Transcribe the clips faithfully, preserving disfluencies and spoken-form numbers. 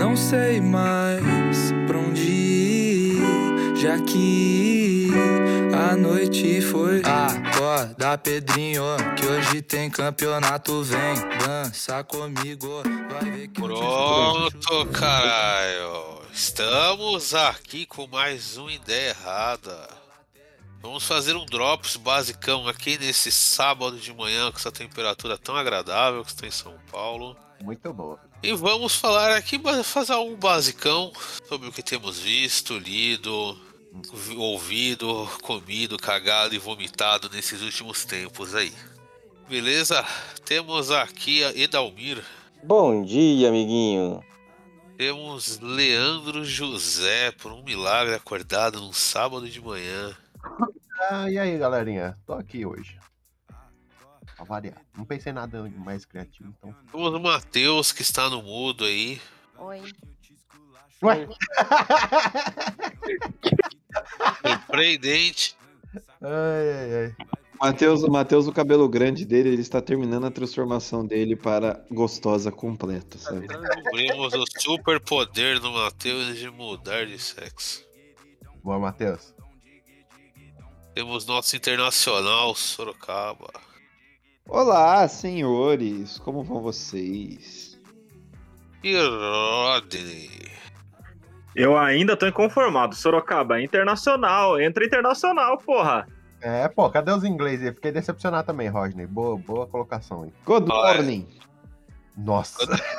Não sei mais pra onde ir, já que a noite foi. Acorda, Pedrinho, que hoje tem campeonato. Vem dançar comigo, vai ver que pronto, caralho. Estamos aqui com mais uma ideia errada. Vamos fazer um drops basicão aqui nesse sábado de manhã com essa temperatura tão agradável que está em São Paulo. Muito boa. E vamos falar aqui, fazer um basicão sobre o que temos visto, lido, ouvido, comido, cagado e vomitado nesses últimos tempos aí. Beleza? Temos aqui a Edalmir. Bom dia, amiguinho. Temos Leandro José, por um milagre acordado num sábado de manhã. Ah, e aí, galerinha? Tô aqui hoje. Pra variar. Não pensei em nada mais criativo, então. Temos o Matheus, que está no mudo aí. Oi. Ué? Surpreendente. Ai, ai, ai. Matheus, o Matheus, o cabelo grande dele, ele está terminando a transformação dele para gostosa completa, sabe? Descobrimos o super poder do Matheus de mudar de sexo. Boa, Matheus. Temos nosso internacional, Sorocaba. Olá, senhores, como vão vocês? E Rodney. Eu ainda tô inconformado. Sorocaba, internacional. Entra internacional, porra. É, pô, cadê os ingleses? Eu fiquei decepcionado também, Rodney. Boa, boa colocação aí. Good morning. Nossa.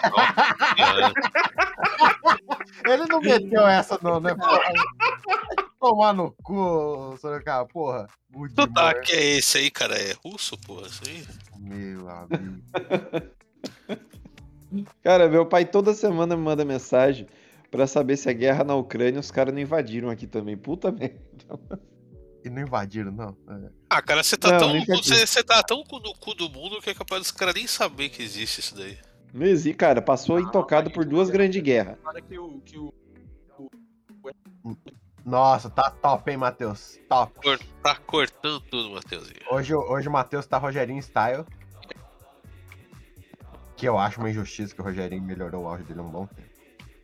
Ele não meteu essa não, né? Porra. Tomar no cu, Sorocaba, porra. Que sotaque é esse aí, cara? É russo, porra? Isso aí? Meu amigo. Cara, meu pai toda semana me manda mensagem pra saber se a guerra na Ucrânia os caras não invadiram aqui também. Puta merda. E não invadiram, não? É. Ah, cara, você tá, Não, tão, não invadiram. você, você tá tão no cu do mundo que é capaz dos caras nem saber que existe isso daí. Não existe, cara. Passou intocado por duas grandes guerras. Que o, que o... Nossa, tá top, hein, Matheus? Top. Tá cortando tudo, Matheusinho. Hoje, hoje o Matheus tá Rogerinho Style. Que eu acho uma injustiça que o Rogerinho melhorou o áudio dele há um bom tempo.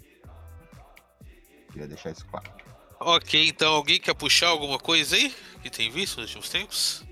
Queria deixar isso claro. Ok, então alguém quer puxar alguma coisa aí que tem visto nos últimos tempos?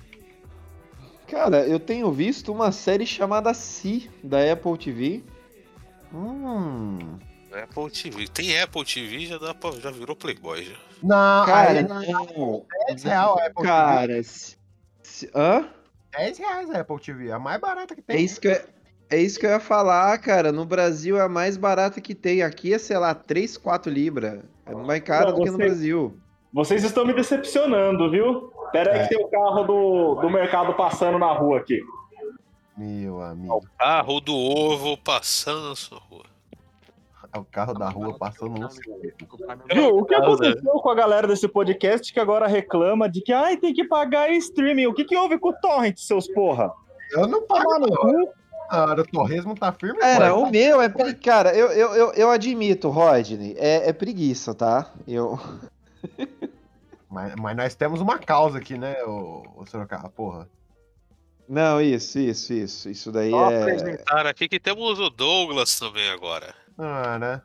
Cara, eu tenho visto uma série chamada Si, da Apple T V. Hum. Apple T V. Tem Apple T V, já, dá pra, já virou Playboy já. Não, Cara, aí, não. dez reais a Apple Cara, T V. se, se, hã? dez reais a Apple T V, a mais barata que É tem. isso que, eu, é isso que eu ia falar, cara. No Brasil é a mais barata que tem. Aqui é, sei lá, três, quatro libras. É mais caro Não, do que no você- Brasil. Vocês estão me decepcionando, viu? Pera aí que tem o carro do, do mercado passando na rua aqui. Meu amigo. Carro do ovo passando na sua rua. É o carro da rua passando no Viu? O que aconteceu com a galera desse podcast que agora reclama de que ai, tem que pagar streaming? O que, que houve com o Torrent, seus porra? Eu não pago no cu. Ah, o torresmo tá firme, Cara, pô. o meu é. Pre... Cara, eu, eu, eu, eu admito, Rodney, é, é preguiça, tá? Eu. Mas, mas nós temos uma causa aqui, né, o, o Sorocaba, porra. Não, isso, isso, isso. Isso daí Só é. apresentar aqui que temos o Douglas também agora. Ah, né?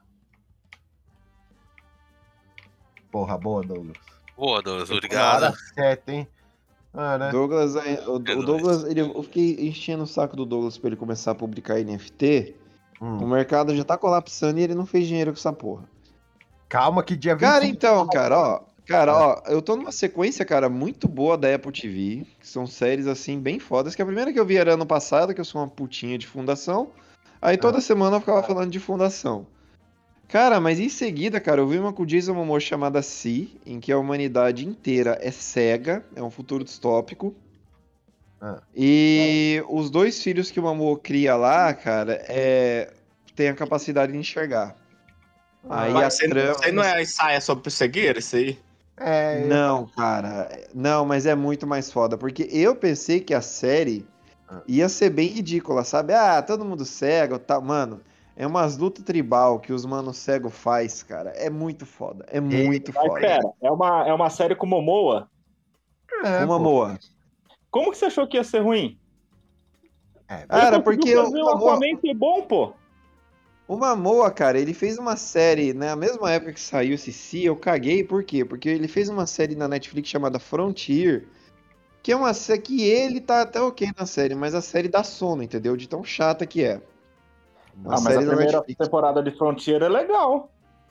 Porra, boa, Douglas. Boa, Douglas, Na obrigado. hora certa, hein? Ah, né? Douglas, é- o, o É nóis. Douglas, ele, eu fiquei enchendo o saco do Douglas pra ele começar a publicar N F T. O Hum. mercado já tá colapsando e ele não fez dinheiro com essa porra. Calma que dia Cara, vinte e cinco então, cara, ó. Cara, ó, eu tô numa sequência, cara, muito boa da Apple T V, que são séries, assim, bem fodas, que a primeira que eu vi era ano passado, que eu sou uma putinha de fundação, aí toda semana eu ficava falando de fundação. Cara, mas em seguida, cara, eu vi uma com o Jason Momoa chamada Si, em que a humanidade inteira é cega, é um futuro distópico, Ah. e os dois filhos que o Momoa cria lá, cara, é... tem a capacidade de enxergar. Aí a Mas isso aí- trama... isso aí não é a saia sobre cegueira, isso aí? É, Não, cara, não, mas é muito mais foda, porque eu pensei que a série ia ser bem ridícula, sabe? Ah, todo mundo cego, tá, mano, é umas lutas tribal que os manos cego faz, cara, é muito foda, é muito Mas foda. pera, é uma, é uma série com Momoa? é, Uma pô. moa. Como que você achou que ia ser ruim? É, Cara, Ele porque conseguiu eu, fazer o Momoa- Aquaman ser bom, pô. O Momoa, cara, ele fez uma série na mesma época que saiu esse Si, eu caguei, por quê? Porque ele fez uma série na Netflix chamada Frontier, que é uma série que ele tá até ok na série, mas a série dá sono, entendeu? De tão chata que é. Uma Ah, mas a série da primeira Netflix. temporada de Frontier é legal.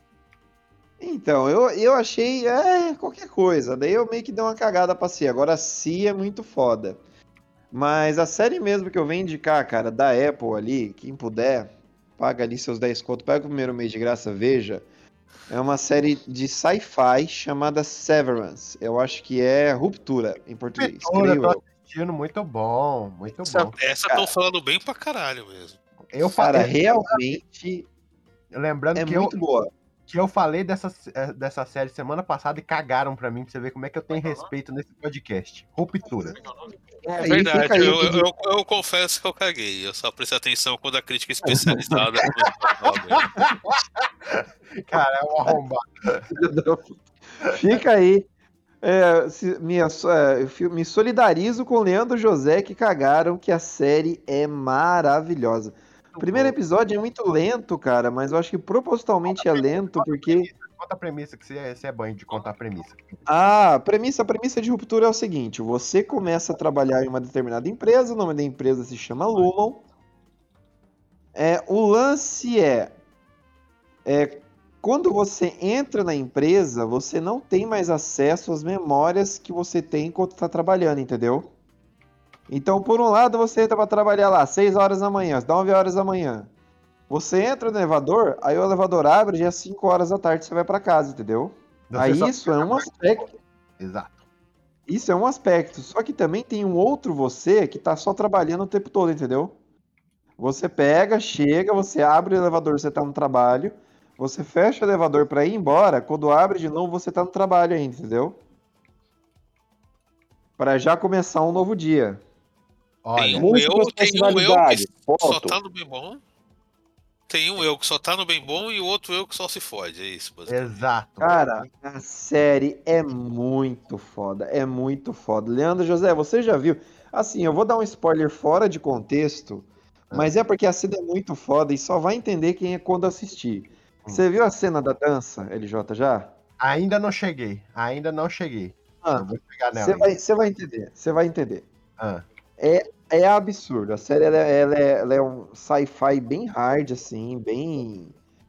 Então, eu, eu achei, é, qualquer coisa. Daí eu meio que dei uma cagada pra Si. Agora, Si é muito foda. Mas a série mesmo que eu venho indicar, cara, da Apple ali, quem puder, paga ali seus dez conto, pega o primeiro mês de graça, veja. É uma série de sci-fi chamada Severance. Eu acho que é Ruptura, em português, Ruptura, creio tô eu. assistindo, muito bom, muito Essa, bom. essa estão falando bem pra caralho mesmo. Eu Cara, falei, realmente lembrando é que, eu, muito boa. que eu falei dessa, eh, dessa série semana passada e cagaram pra mim, pra você ver como é que eu tenho respeito nesse podcast. Ruptura. É Aí verdade, fica aí eu, o eu, pedido. eu- eu confesso que eu caguei. Eu só prestei atenção quando a crítica especializada começou a falar mesmo. Cara, é um arrombado. Fica aí. É, se- minha, so- é, eu fi- me solidarizo com o Leandro José que cagaram que a série é maravilhosa. O primeiro episódio é muito lento, cara, mas eu acho que propositalmente é lento porque Conta a premissa, que você é, você é banho de contar a premissa. ah, a premissa, a premissa de Ruptura é o seguinte: você começa a trabalhar em uma determinada empresa, o nome da empresa se chama Lumon. É, o lance é, é quando você entra na empresa, você não tem mais acesso às memórias que você tem enquanto está trabalhando, entendeu? Então, por um lado, você entra para trabalhar lá, seis horas da manhã, nove horas da manhã. Você entra no elevador, aí o elevador abre, já é cinco horas da tarde, você vai para casa, entendeu? Você Aí só- isso é um aspecto. Exato. Isso é um aspecto. Só que também tem um outro você que tá só trabalhando o tempo todo, entendeu? Você pega, chega, você abre o elevador, você tá no trabalho. Você fecha o elevador pra ir embora. Quando abre de novo, você tá no trabalho ainda, entendeu? Pra já começar um novo dia. Tem Olha, um Música eu, com tem um eu personalidade, que só ponto. tá no bem bom. Tem um eu que só tá no bem bom e o outro eu que só se fode. É isso, basicamente. exato. Cara, a série é muito foda. É muito foda. Leandro José, você já viu? Assim, eu vou dar um spoiler fora de contexto, mas é porque a cena é muito foda e só vai entender quem é quando assistir. Você viu a cena da dança, L J, já? Ainda não cheguei. Ainda não cheguei. Ah, Eu vou chegar nela. Você vai, ainda. você vai entender. Você vai entender. Ah, É absurdo. A série ela, é- ela é, ela é um sci-fi bem hard, assim, bem.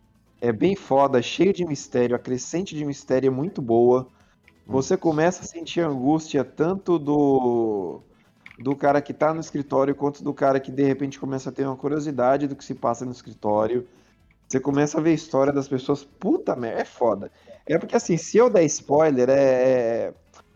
É bem foda, cheio de mistério. A crescente de mistério é muito boa. Você começa a sentir angústia tanto do do cara que tá no escritório quanto do cara que de repente começa a ter uma curiosidade do que se passa no escritório. Você começa a ver a história das pessoas. Puta merda, é foda. É porque assim, se eu der spoiler, é.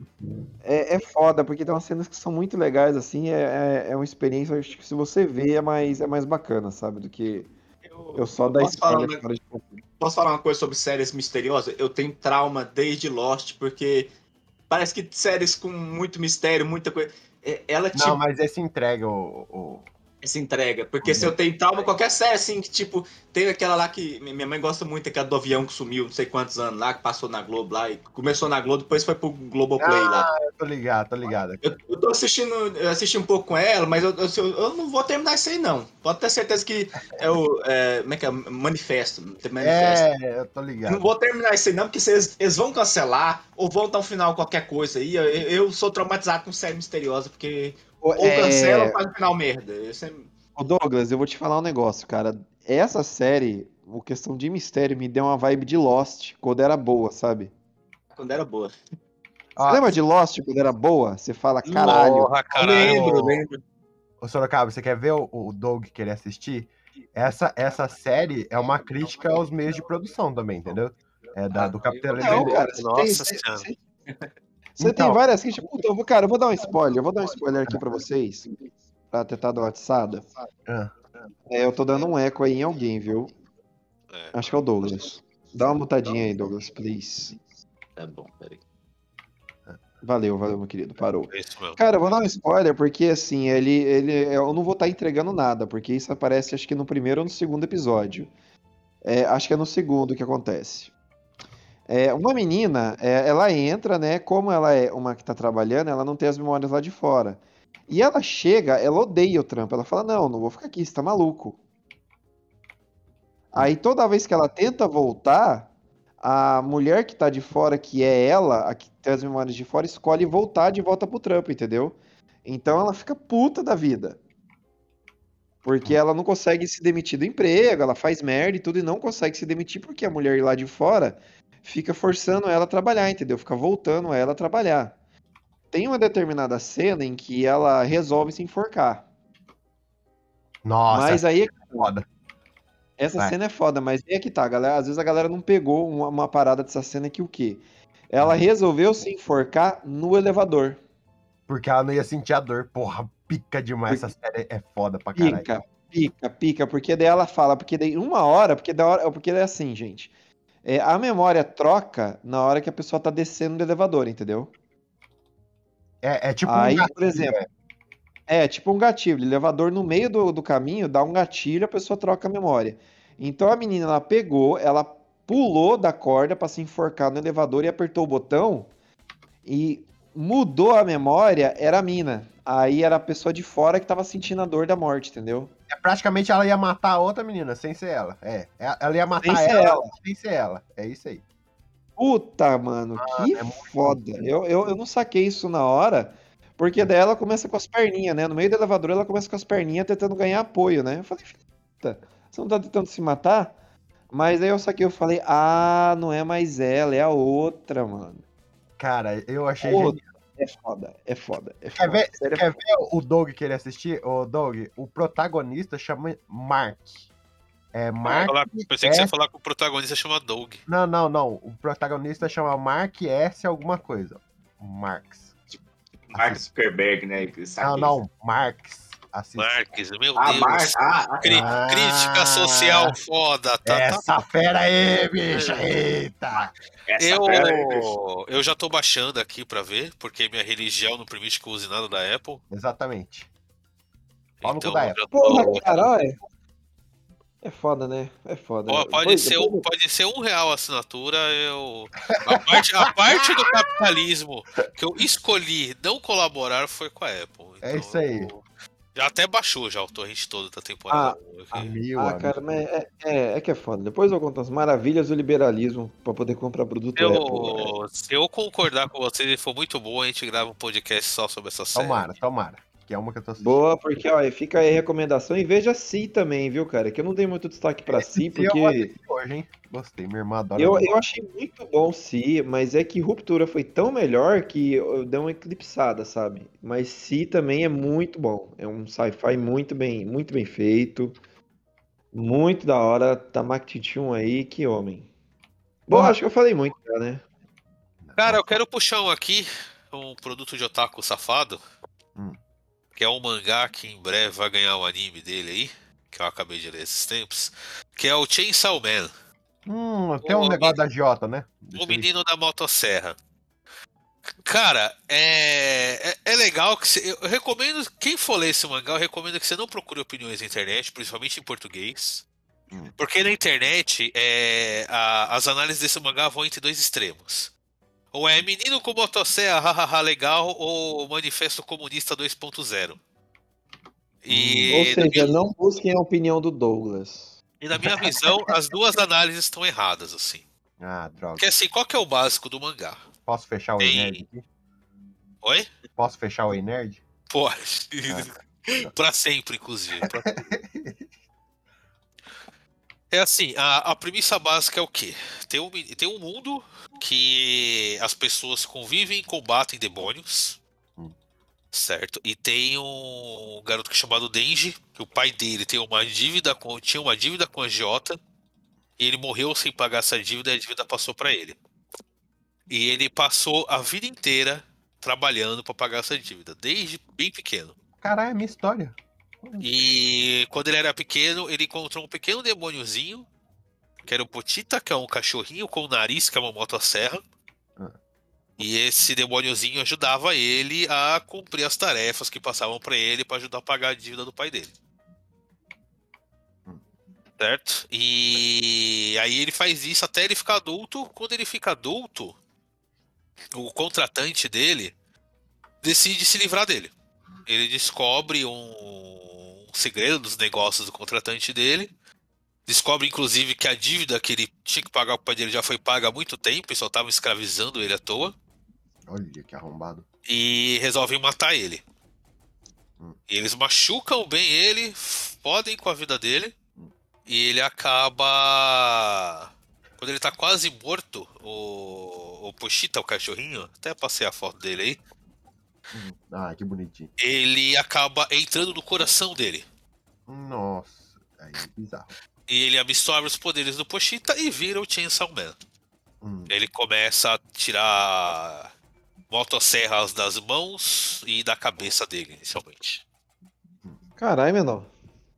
É, é foda, porque tem umas cenas que são muito legais, assim, é, é, é uma experiência, acho que se você vê é mais, é mais bacana, sabe, do que eu só dar posso falar, spoiler uma, fora de contexto. posso falar uma coisa sobre séries misteriosas? Eu tenho trauma desde Lost, porque parece que séries com muito mistério, muita coisa. é- Ela te não, mas esse entrega o. o- se entrega. Porque se eu tenho trauma, qualquer série assim, que tipo, tem aquela lá que minha mãe gosta muito, aquela do avião que sumiu, não sei quantos anos lá, que passou na Globo lá, e começou na Globo, depois foi pro Globoplay lá. Eu tô ligado, tô ligado. Eu, eu tô assistindo, eu assisti um pouco com ela, mas eu, eu, eu não vou terminar isso aí, não. Pode ter certeza que é o. É, como é que é? Manifesto. Manifesto. É, eu tô ligado. Não vou terminar isso aí, não, porque eles, eles vão cancelar, ou vão dar um final qualquer coisa aí. Eu, eu sou traumatizado com série misteriosa, porque ou É, cancela ou faz um final merda. Eu sempre- ô Douglas, eu vou te falar um negócio, cara. Essa série, a questão de mistério, me deu uma vibe de Lost, quando era boa, sabe? Quando era boa. Ó, Lembra de Lost, quando era boa? Você fala, caralho. Porra, caralho. Lembro, lembro. Ô Sorocaba, você quer ver o, o Doug querer assistir? Essa, essa série é uma crítica aos meios de produção também, entendeu? É da, do capitalismo. Não, cara, você Nossa tem, Senhora. você, você Então. tem várias críticas. Puta, eu vou, cara, eu vou dar um spoiler, eu vou dar um spoiler aqui pra vocês, pra tentar dar uma atiçada. Ah, É, eu tô dando um eco aí em alguém, viu? É. Acho que é o Douglas. Dá uma mutadinha aí, Douglas, please. Tá bom, peraí. Valeu, valeu, meu querido, parou. É isso mesmo. Cara, eu vou dar um spoiler, porque assim, ele, ele, eu não vou estar entregando nada, porque isso aparece acho que no primeiro ou no segundo episódio. É, acho que é no segundo que acontece. É, uma menina, é, ela entra, né? Como ela é uma que tá trabalhando, ela não tem as memórias lá de fora. E ela chega, ela odeia o trampo. Ela fala: Não, não vou ficar aqui, você tá maluco. Aí toda vez que ela tenta voltar, a mulher que tá de fora, que é ela, a que tem as memórias de fora, escolhe voltar de volta pro trampo, entendeu? Então ela fica puta da vida. Porque ela não consegue se demitir do emprego, ela faz merda e tudo, e não consegue se demitir porque a mulher lá de fora fica forçando ela a trabalhar, entendeu? Fica voltando ela a trabalhar. Tem uma determinada cena em que ela resolve se enforcar. Nossa, Mas aí é foda. Essa Vai. cena é foda, mas aí é que tá, galera. Às vezes a galera não pegou uma, uma parada dessa cena que o quê? Ela resolveu se enforcar no elevador. Porque ela não ia sentir a dor. Porra, pica demais. Essa série é foda pra caralho. Pica, pica, pica, porque daí ela fala, porque daí uma hora, porque da hora, porque daí é assim, gente. É, a memória troca na hora que a pessoa tá descendo do elevador, entendeu? É, é tipo Aí, um gatilho, por exemplo, é. É, tipo um gatilho. O elevador no meio do, do caminho dá um gatilho, a pessoa troca a memória. Então a menina, ela pegou, ela pulou da corda pra se enforcar no elevador e apertou o botão e mudou a memória, era a mina. Aí era a pessoa de fora que tava sentindo a dor da morte, entendeu? É, praticamente ela ia matar a outra menina, sem ser ela. É, é- ela ia matar Sem ser ela, ela. sem ser ela. É isso aí. Puta, mano, que é muito foda. Eu, eu, eu não saquei isso na hora, porque daí ela começa com as perninhas, né? No meio do elevador ela começa com as perninhas tentando ganhar apoio, né? Eu falei, puta, você não tá tentando se matar? Mas aí eu saquei, eu falei, ah, não é mais ela, é a outra, mano. Cara, eu achei Outra. genial. É foda, é foda, é Quer foda. ver, Sério, é quer foda. ver o Doug querer assistir? Ô, Doug, o protagonista chama Mark. É Mark. Falar- pensei que você ia S... falar que o protagonista chama Doug. Não, não, não. O protagonista chama Mark S. alguma coisa. Marx. Mark Zuckerberg, né? Não, não. Marx. Assiste. Marques, meu Ah, Deus. Mark. Ah, ah, Cri- Ah. Crítica social foda, tá? Essa tá. fera aí, bicho. Eita. essa Eu, fera aí, bicho. eu já tô baixando aqui pra ver, porque minha religião não permite que eu use nada da Apple. Exatamente. Pau no cu Então, da eu Apple. já Porra, tô- caralho. É foda, né? É foda. Ó, pode, Depois- ser, depois- um- pode ser um real a assinatura. Eu... A, parte, a parte do capitalismo que eu escolhi não colaborar foi com a Apple. É Então, isso aí. eu- Já até baixou já o torrent todo da temporada. um aqui. A mil, Ah, amigo. cara, mas é, é, é que é foda. Depois eu conto as maravilhas do liberalismo pra poder comprar produto Apple. Eu, se eu concordar com você e for muito bom, a gente grava um podcast só sobre essa série. Tomara, tomara. Que é uma que eu tô assistindo. Boa, porque ó, fica aí a recomendação e veja Si também, viu, cara? Que eu não dei muito destaque pra Si, Eu porque assisti hoje, hein? Gostei, minha irmã adora. eu, ver. eu achei muito bom Si, mas é que Ruptura foi tão melhor que eu dei uma eclipsada, sabe? Mas Si também é muito bom. É um sci-fi muito bem, muito bem feito. Muito da hora. Tamaki Tchum aí, que homem. Bom, Porra. acho que eu falei muito já, né? Cara, eu quero puxar um aqui, um produto de otaku safado, Hum. que é um mangá que em breve vai ganhar o anime dele aí, que eu acabei de ler esses tempos, que é o Chainsaw Man, Hum, tem um Ô, negócio da Jota, né? o menino da motosserra. Cara, é, é, é legal que você, eu recomendo, quem for ler esse mangá, eu recomendo que você não procure opiniões na internet, principalmente em português. Hum. Porque na internet, é, a- as análises desse mangá vão entre dois extremos. Ou é menino com motosserra, hahaha, legal, ou manifesto comunista dois ponto zero. E, Ou na seja, minha, não busquem a opinião do Douglas. e na minha visão, as duas análises estão erradas, assim. Ah, droga. Porque assim, qual que é o básico do mangá? Posso fechar o Tem- E-Nerd aqui? Oi? Posso fechar o E-Nerd? Pode. Pra sempre, inclusive. Pra- É assim, a, a premissa básica é o quê? Tem um, tem um mundo que as pessoas convivem e combatem demônios, Hum. certo? E tem um garoto que é chamado Denji, que o pai dele tem uma dívida com, tinha uma dívida com a agiota, e ele morreu sem pagar essa dívida e a dívida passou pra ele. E ele passou a vida inteira trabalhando pra pagar essa dívida, desde bem pequeno. Caralho, é minha história. E quando ele era pequeno, ele encontrou um pequeno demôniozinho, que era o Potita, que é um cachorrinho com nariz, que é uma motosserra. Ah. E esse demôniozinho ajudava ele a cumprir as tarefas que passavam pra ele pra ajudar a pagar a dívida do pai dele. Hum. Certo? E aí ele faz isso até ele ficar adulto. Quando ele fica adulto, o contratante dele decide se livrar dele. Ele descobre um segredo dos negócios do contratante dele Descobre, inclusive, que a dívida que ele tinha que pagar pro pai dele já foi paga há muito tempo e só estavam escravizando ele à toa. Olha que arrombado. E resolvem matar ele. Hum. E eles machucam bem ele, fodem com a vida dele. E ele acaba... Quando ele tá quase morto, o, o Pochita, o cachorrinho, até passei a foto dele aí, Hum. Ah, que bonitinho. ele acaba entrando no coração dele. Nossa, aí é bizarro. E ele absorve os poderes do Pochita e vira o Chainsaw Man. Hum. Ele começa a tirar motosserras das mãos e da cabeça dele, inicialmente. Caralho, menor.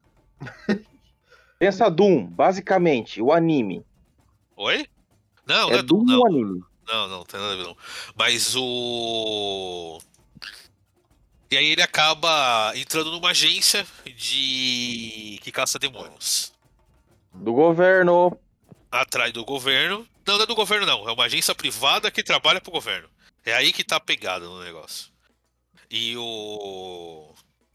Pensa Doom, basicamente, o anime. Oi? Não, não É é Doom, Doom não. o anime. Não, não, tem nada a ver não. Mas o... E aí ele acaba entrando numa agência de... que caça demônios. Do governo. Atrás do governo. Não, não é do governo não. É uma agência privada que trabalha pro governo. É aí que tá pegado no negócio. E o...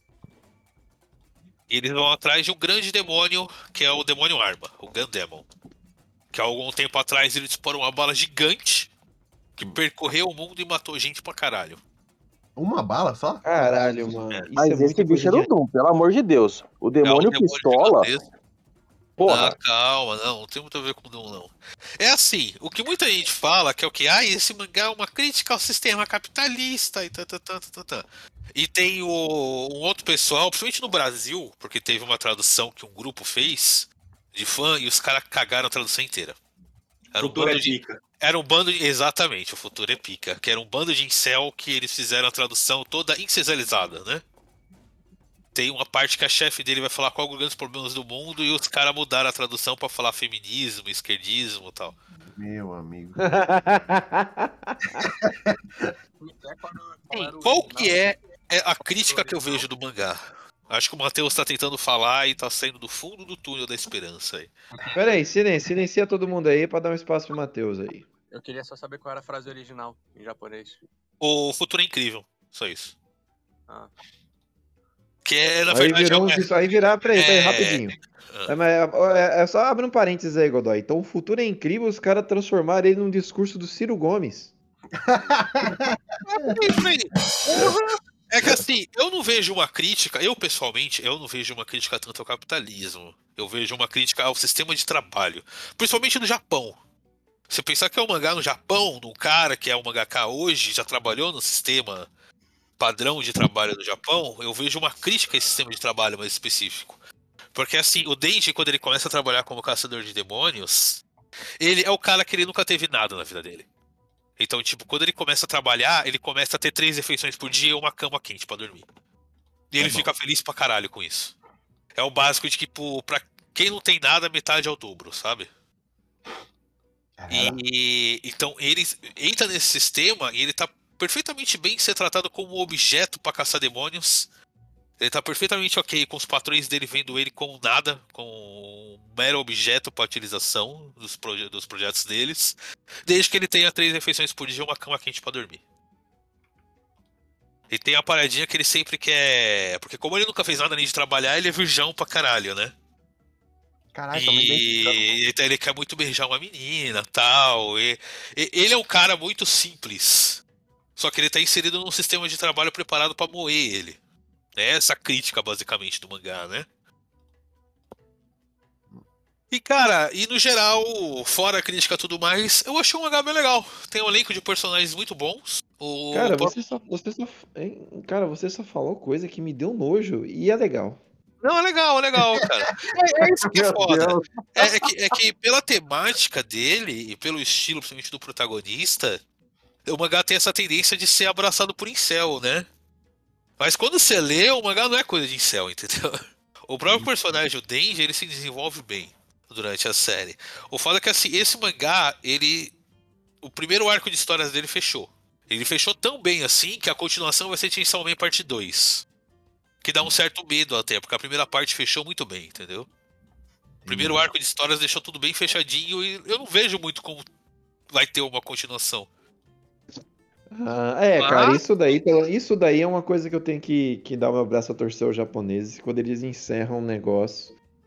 E eles vão atrás de um grande demônio, que é o demônio arma, o Gun Demon. Que há algum tempo atrás ele disparou uma bala gigante que percorreu o mundo e matou gente pra caralho. Uma bala só? Caralho, mano. Isso Mas é esse muita bicho é coisa do Doom, pelo amor de Deus. O demônio, É um demônio pistola. gigantesco. Porra. Não, calma, não, não tem muito a ver com o Doom, não. É assim, o que muita gente fala que é o que? Ah, esse mangá é uma crítica ao sistema capitalista e tá, tá, tá, tá, tá. E tem o, um outro pessoal, principalmente no Brasil, porque teve uma tradução que um grupo fez de fã e os caras cagaram a tradução inteira. Era um Futuro bando é de, pica. era um bando de, exatamente, o futuro é pica, que era um bando de incel que eles fizeram a tradução toda incesalizada, né? Tem uma parte que a chefe dele vai falar qual os grandes problemas do mundo e os caras mudaram a tradução pra falar feminismo, esquerdismo e tal. Meu amigo. Qual que é é a crítica que eu vejo do mangá? Acho que o Matheus tá tentando falar e tá saindo do fundo do túnel da esperança aí. Pera aí, silencia, silencia todo mundo aí pra dar um espaço pro Matheus aí. Eu queria só saber qual era a frase original em japonês. O futuro é incrível, só isso. Ah. Que é, na Aí verdade, virou, um é- dis- aí virar, peraí, peraí, é- rapidinho. Ah. É, mas é, é- é só abre um parênteses aí, Godoy. Então o futuro é incrível, os caras transformaram ele num discurso do Ciro Gomes. É que assim, eu não vejo uma crítica, eu pessoalmente, eu não vejo uma crítica tanto ao capitalismo. Eu vejo uma crítica ao sistema de trabalho. Principalmente no Japão. Se pensar que é um mangá no Japão, num cara que é um mangaka hoje, já trabalhou no sistema padrão de trabalho do Japão, eu vejo uma crítica a esse sistema de trabalho mais específico. Porque assim, o Denji, quando ele começa a trabalhar como caçador de demônios, ele é o cara que ele nunca teve nada na vida dele. Então, tipo, quando ele começa a trabalhar, ele começa a ter três refeições por dia e uma cama quente pra dormir. E ele bom. fica feliz pra caralho com isso. É o básico de, tipo, pra quem não tem nada, metade é o dobro, sabe? E então ele entra nesse sistema e ele tá perfeitamente bem ser tratado como objeto pra caçar demônios. Ele tá perfeitamente ok com os patrões dele vendo ele como nada, como um mero objeto pra utilização dos, proje dos projetos deles, desde que ele tenha três refeições por dia e uma cama quente pra dormir. E tem a paradinha que ele sempre quer. Porque como ele nunca fez nada além de trabalhar, ele é virgão pra caralho, né? Caralho, também tem. E então ele quer muito beijar uma menina tal. E, e ele é um cara muito simples. Só que ele tá inserido num sistema de trabalho preparado pra moer ele. É essa a crítica, basicamente, do mangá, né? E, cara, e no geral, fora a crítica e tudo mais, eu achei um mangá bem legal. Tem um elenco de personagens muito bons. O Cara, próprio- você só, você só, hein? Cara, você só falou coisa que me deu nojo e é legal. Não, é legal, é legal, cara. É, é isso que é Meu foda. Deus. É, é que, é que pela temática dele e pelo estilo, principalmente do protagonista, o mangá tem essa tendência de ser abraçado por incel, né? Mas quando você lê, o mangá não é coisa de incel, entendeu? O próprio personagem, o Denji, ele se desenvolve bem durante a série. O foda é que, assim, esse mangá, ele... O primeiro arco de histórias dele fechou. Ele fechou tão bem assim que a continuação vai ser Chainsaw Man parte dois. Que dá um certo medo até, porque a primeira parte fechou muito bem, entendeu? O primeiro arco de histórias deixou tudo bem fechadinho e eu não vejo muito como vai ter uma continuação. Ah, é, Mas- cara, isso daí, isso daí é uma coisa que eu tenho que, que dar o meu braço a torcer aos japoneses quando eles encerram um negócio.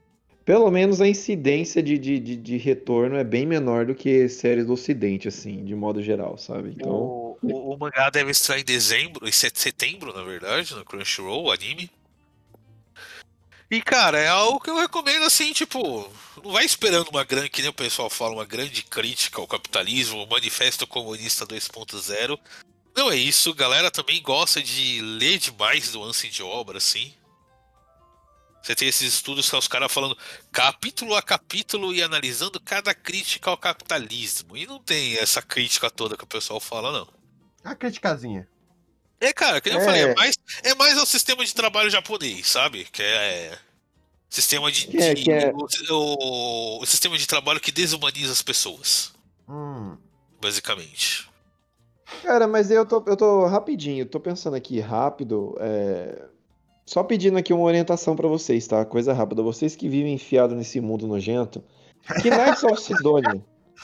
Pelo menos a incidência de, de, de, de retorno é bem menor do que séries do Ocidente, assim, de modo geral, sabe? Então, O, o, o mangá deve estrear em dezembro, em set- setembro, na verdade, no Crunchyroll, o anime. E, cara, é algo que eu recomendo, assim, tipo, não vai esperando uma grande, que nem o pessoal fala, uma grande crítica ao capitalismo, o Manifesto Comunista dois ponto zero. Não é isso, galera também gosta de ler demais nuance de obra, assim. Você tem esses estudos que é os caras falando capítulo a capítulo e analisando cada crítica ao capitalismo. E não tem essa crítica toda que o pessoal fala, não. A criticazinha. É, cara, que nem eu É. falei, é mais, é mais ao sistema de trabalho japonês, sabe? Que é sistema de, Que é- de- que é- o, o- o sistema de trabalho que desumaniza as pessoas, Hum. basicamente. cara, mas eu tô, eu tô rapidinho, tô pensando aqui rápido, é, só pedindo aqui uma orientação pra vocês, tá? Coisa rápida. Vocês que vivem enfiados nesse mundo nojento, que Knights of Sidonia?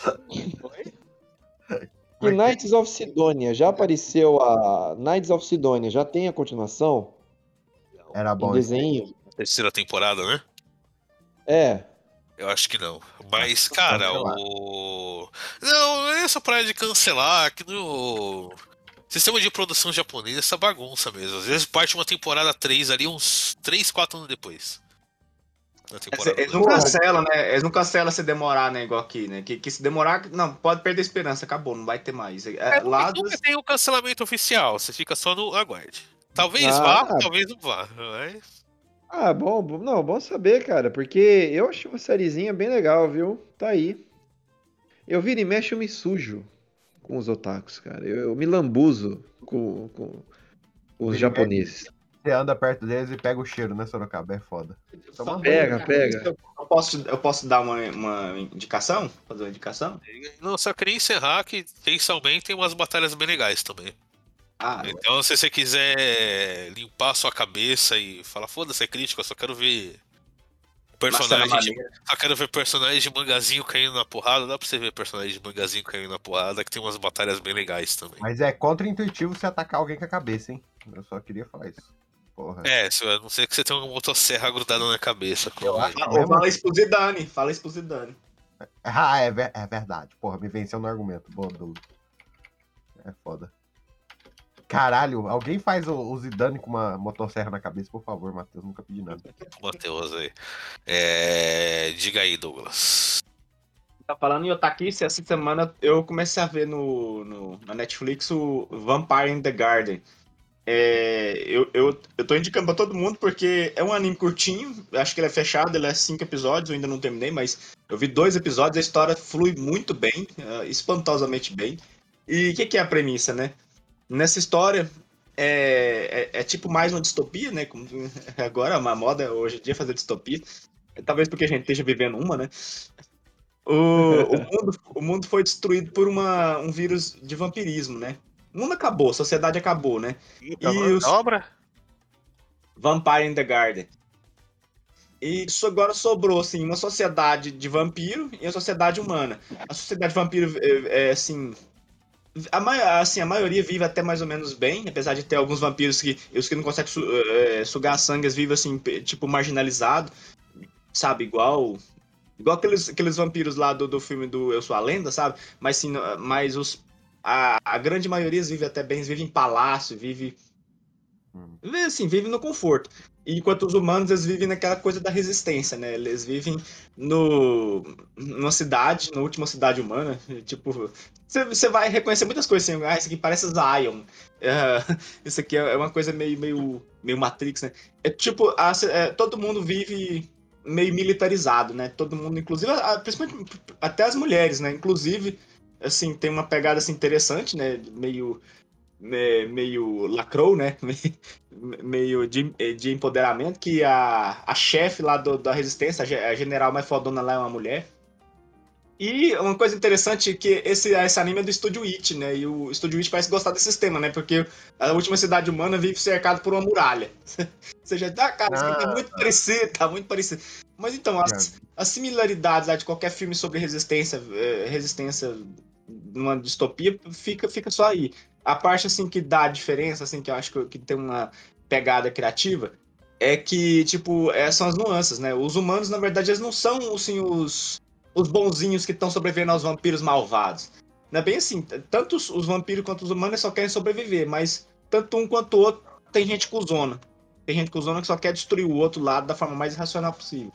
Que Knights of Sidonia já apareceu a Knights of Sidonia, já tem a continuação Era em bom. desenho? Terceira temporada, né? É. Eu acho que não. Mas, cara, cancelar. o. Não, não é essa praia de cancelar, que no sistema de produção japonês é essa bagunça mesmo. Às vezes parte uma temporada três ali, uns três, quatro anos depois. Na temporada Eles não dois. cancelam, né? Eles não cancelam se demorar, né? Igual aqui, né? Que, que se demorar, não, pode perder a esperança, acabou, não vai ter mais. É, É, lá nunca, nunca dos- tem o cancelamento oficial, você fica só no aguarde. Talvez Ah. vá, talvez não vá. Mas... Ah, bom, bom- não, bom saber, cara, porque eu achei uma sériezinha bem legal, viu? Tá aí. Eu viro e mexo, eu me sujo com os otakus, cara. Eu, eu me lambuzo com, com os Vira e japoneses. Você anda perto deles e pega o cheiro, né, Sorocaba? É foda. Toma banho. Pega, pega. Eu posso, eu posso dar uma, uma indicação? Fazer uma indicação? Não, só queria encerrar que tensalmente tem umas batalhas bem legais também. Ah, Então, se você quiser limpar a sua cabeça e falar, foda-se, é crítico, eu só quero ver personagem Marcelo de, só quero ver personagem de mangazinho caindo na porrada. Dá pra você ver personagem de mangazinho caindo na porrada, que tem umas batalhas bem legais também. Mas é contra-intuitivo você atacar alguém com a cabeça, hein? Eu só queria falar isso. Porra. É, se- a não ser que você tenha uma motosserra grudada na cabeça. como- Eu acho- Ah, ou fala isso pro Zidane, fala isso pro Zidane. Ah, é, ver- é verdade. Porra, me venceu no argumento. Boa, Douglas. É foda. Caralho, alguém faz o, o Zidane com uma motosserra na cabeça, por favor, Matheus. Nunca pedi nada. Matheus aí. É, diga aí, Douglas. Tá falando em otakice, essa semana eu comecei a ver no, no- na Netflix o Vampire in the Garden. É, eu, eu, eu tô indicando pra todo mundo porque é um anime curtinho, eu acho que ele é fechado, ele é cinco episódios, eu ainda não terminei, mas eu vi dois episódios, a história flui muito bem, eh, espantosamente bem. E o que, que é a premissa, né? Nessa história, é, é, é tipo mais uma distopia, né? Como agora, uma moda hoje em dia fazer distopia. Talvez porque a gente esteja vivendo uma, né? O, o, mundo, o mundo foi destruído por uma, um vírus de vampirismo, né? O mundo acabou, a sociedade acabou, né? E os Obra? Vampire in the Garden. E isso agora sobrou, assim, uma sociedade de vampiro e a sociedade humana. A sociedade vampiro, é, é, assim... A, ma- assim, a maioria vive até mais ou menos bem, apesar de ter alguns vampiros que os que não conseguem su- é, sugar sangue eles vivem assim, pe- tipo, marginalizado, sabe, igual igual aqueles, aqueles vampiros lá do, do filme do Eu Sou a Lenda, sabe? Mas sim, mas os a, a grande maioria eles vive até bem, eles vivem em palácio, vive Hum. vive assim, vive no conforto. E enquanto os humanos eles vivem naquela coisa da resistência, né? Eles vivem no numa cidade, na última cidade humana, tipo, você- você vai reconhecer muitas coisas assim, ah, isso aqui parece Zion. É, isso aqui é uma coisa meio, meio, meio Matrix, né? É tipo, a- é, todo mundo vive meio militarizado, né? Todo mundo, inclusive, a- principalmente até as mulheres, né? Inclusive, assim, tem uma pegada assim, interessante, né? Meio, me- meio lacrou, né? Meio de, de empoderamento, que a, a chefe lá do- da resistência, a ge- a general mais fodona lá é uma mulher. E uma coisa interessante é que esse, esse anime é do Estúdio It, né? E o Estúdio It parece gostar desse sistema, né? Porque a última cidade humana vive cercada por uma muralha. Você já tá, cara, isso aqui tá muito parecido, tá muito parecido. Mas então, as, as similaridades lá de qualquer filme sobre resistência, eh, resistência numa distopia, fica, fica só aí. A parte, assim, que dá a diferença, assim, que eu acho que, que tem uma pegada criativa, é que, tipo, é, são as nuances, né? Os humanos, na verdade, eles não são, assim, os, os bonzinhos que estão sobrevivendo aos vampiros malvados. Não é bem assim. Tanto os, os vampiros quanto os humanos só querem sobreviver, mas tanto um quanto o outro tem gente cuzona. Tem gente cuzona que só quer destruir o outro lado da forma mais racional possível.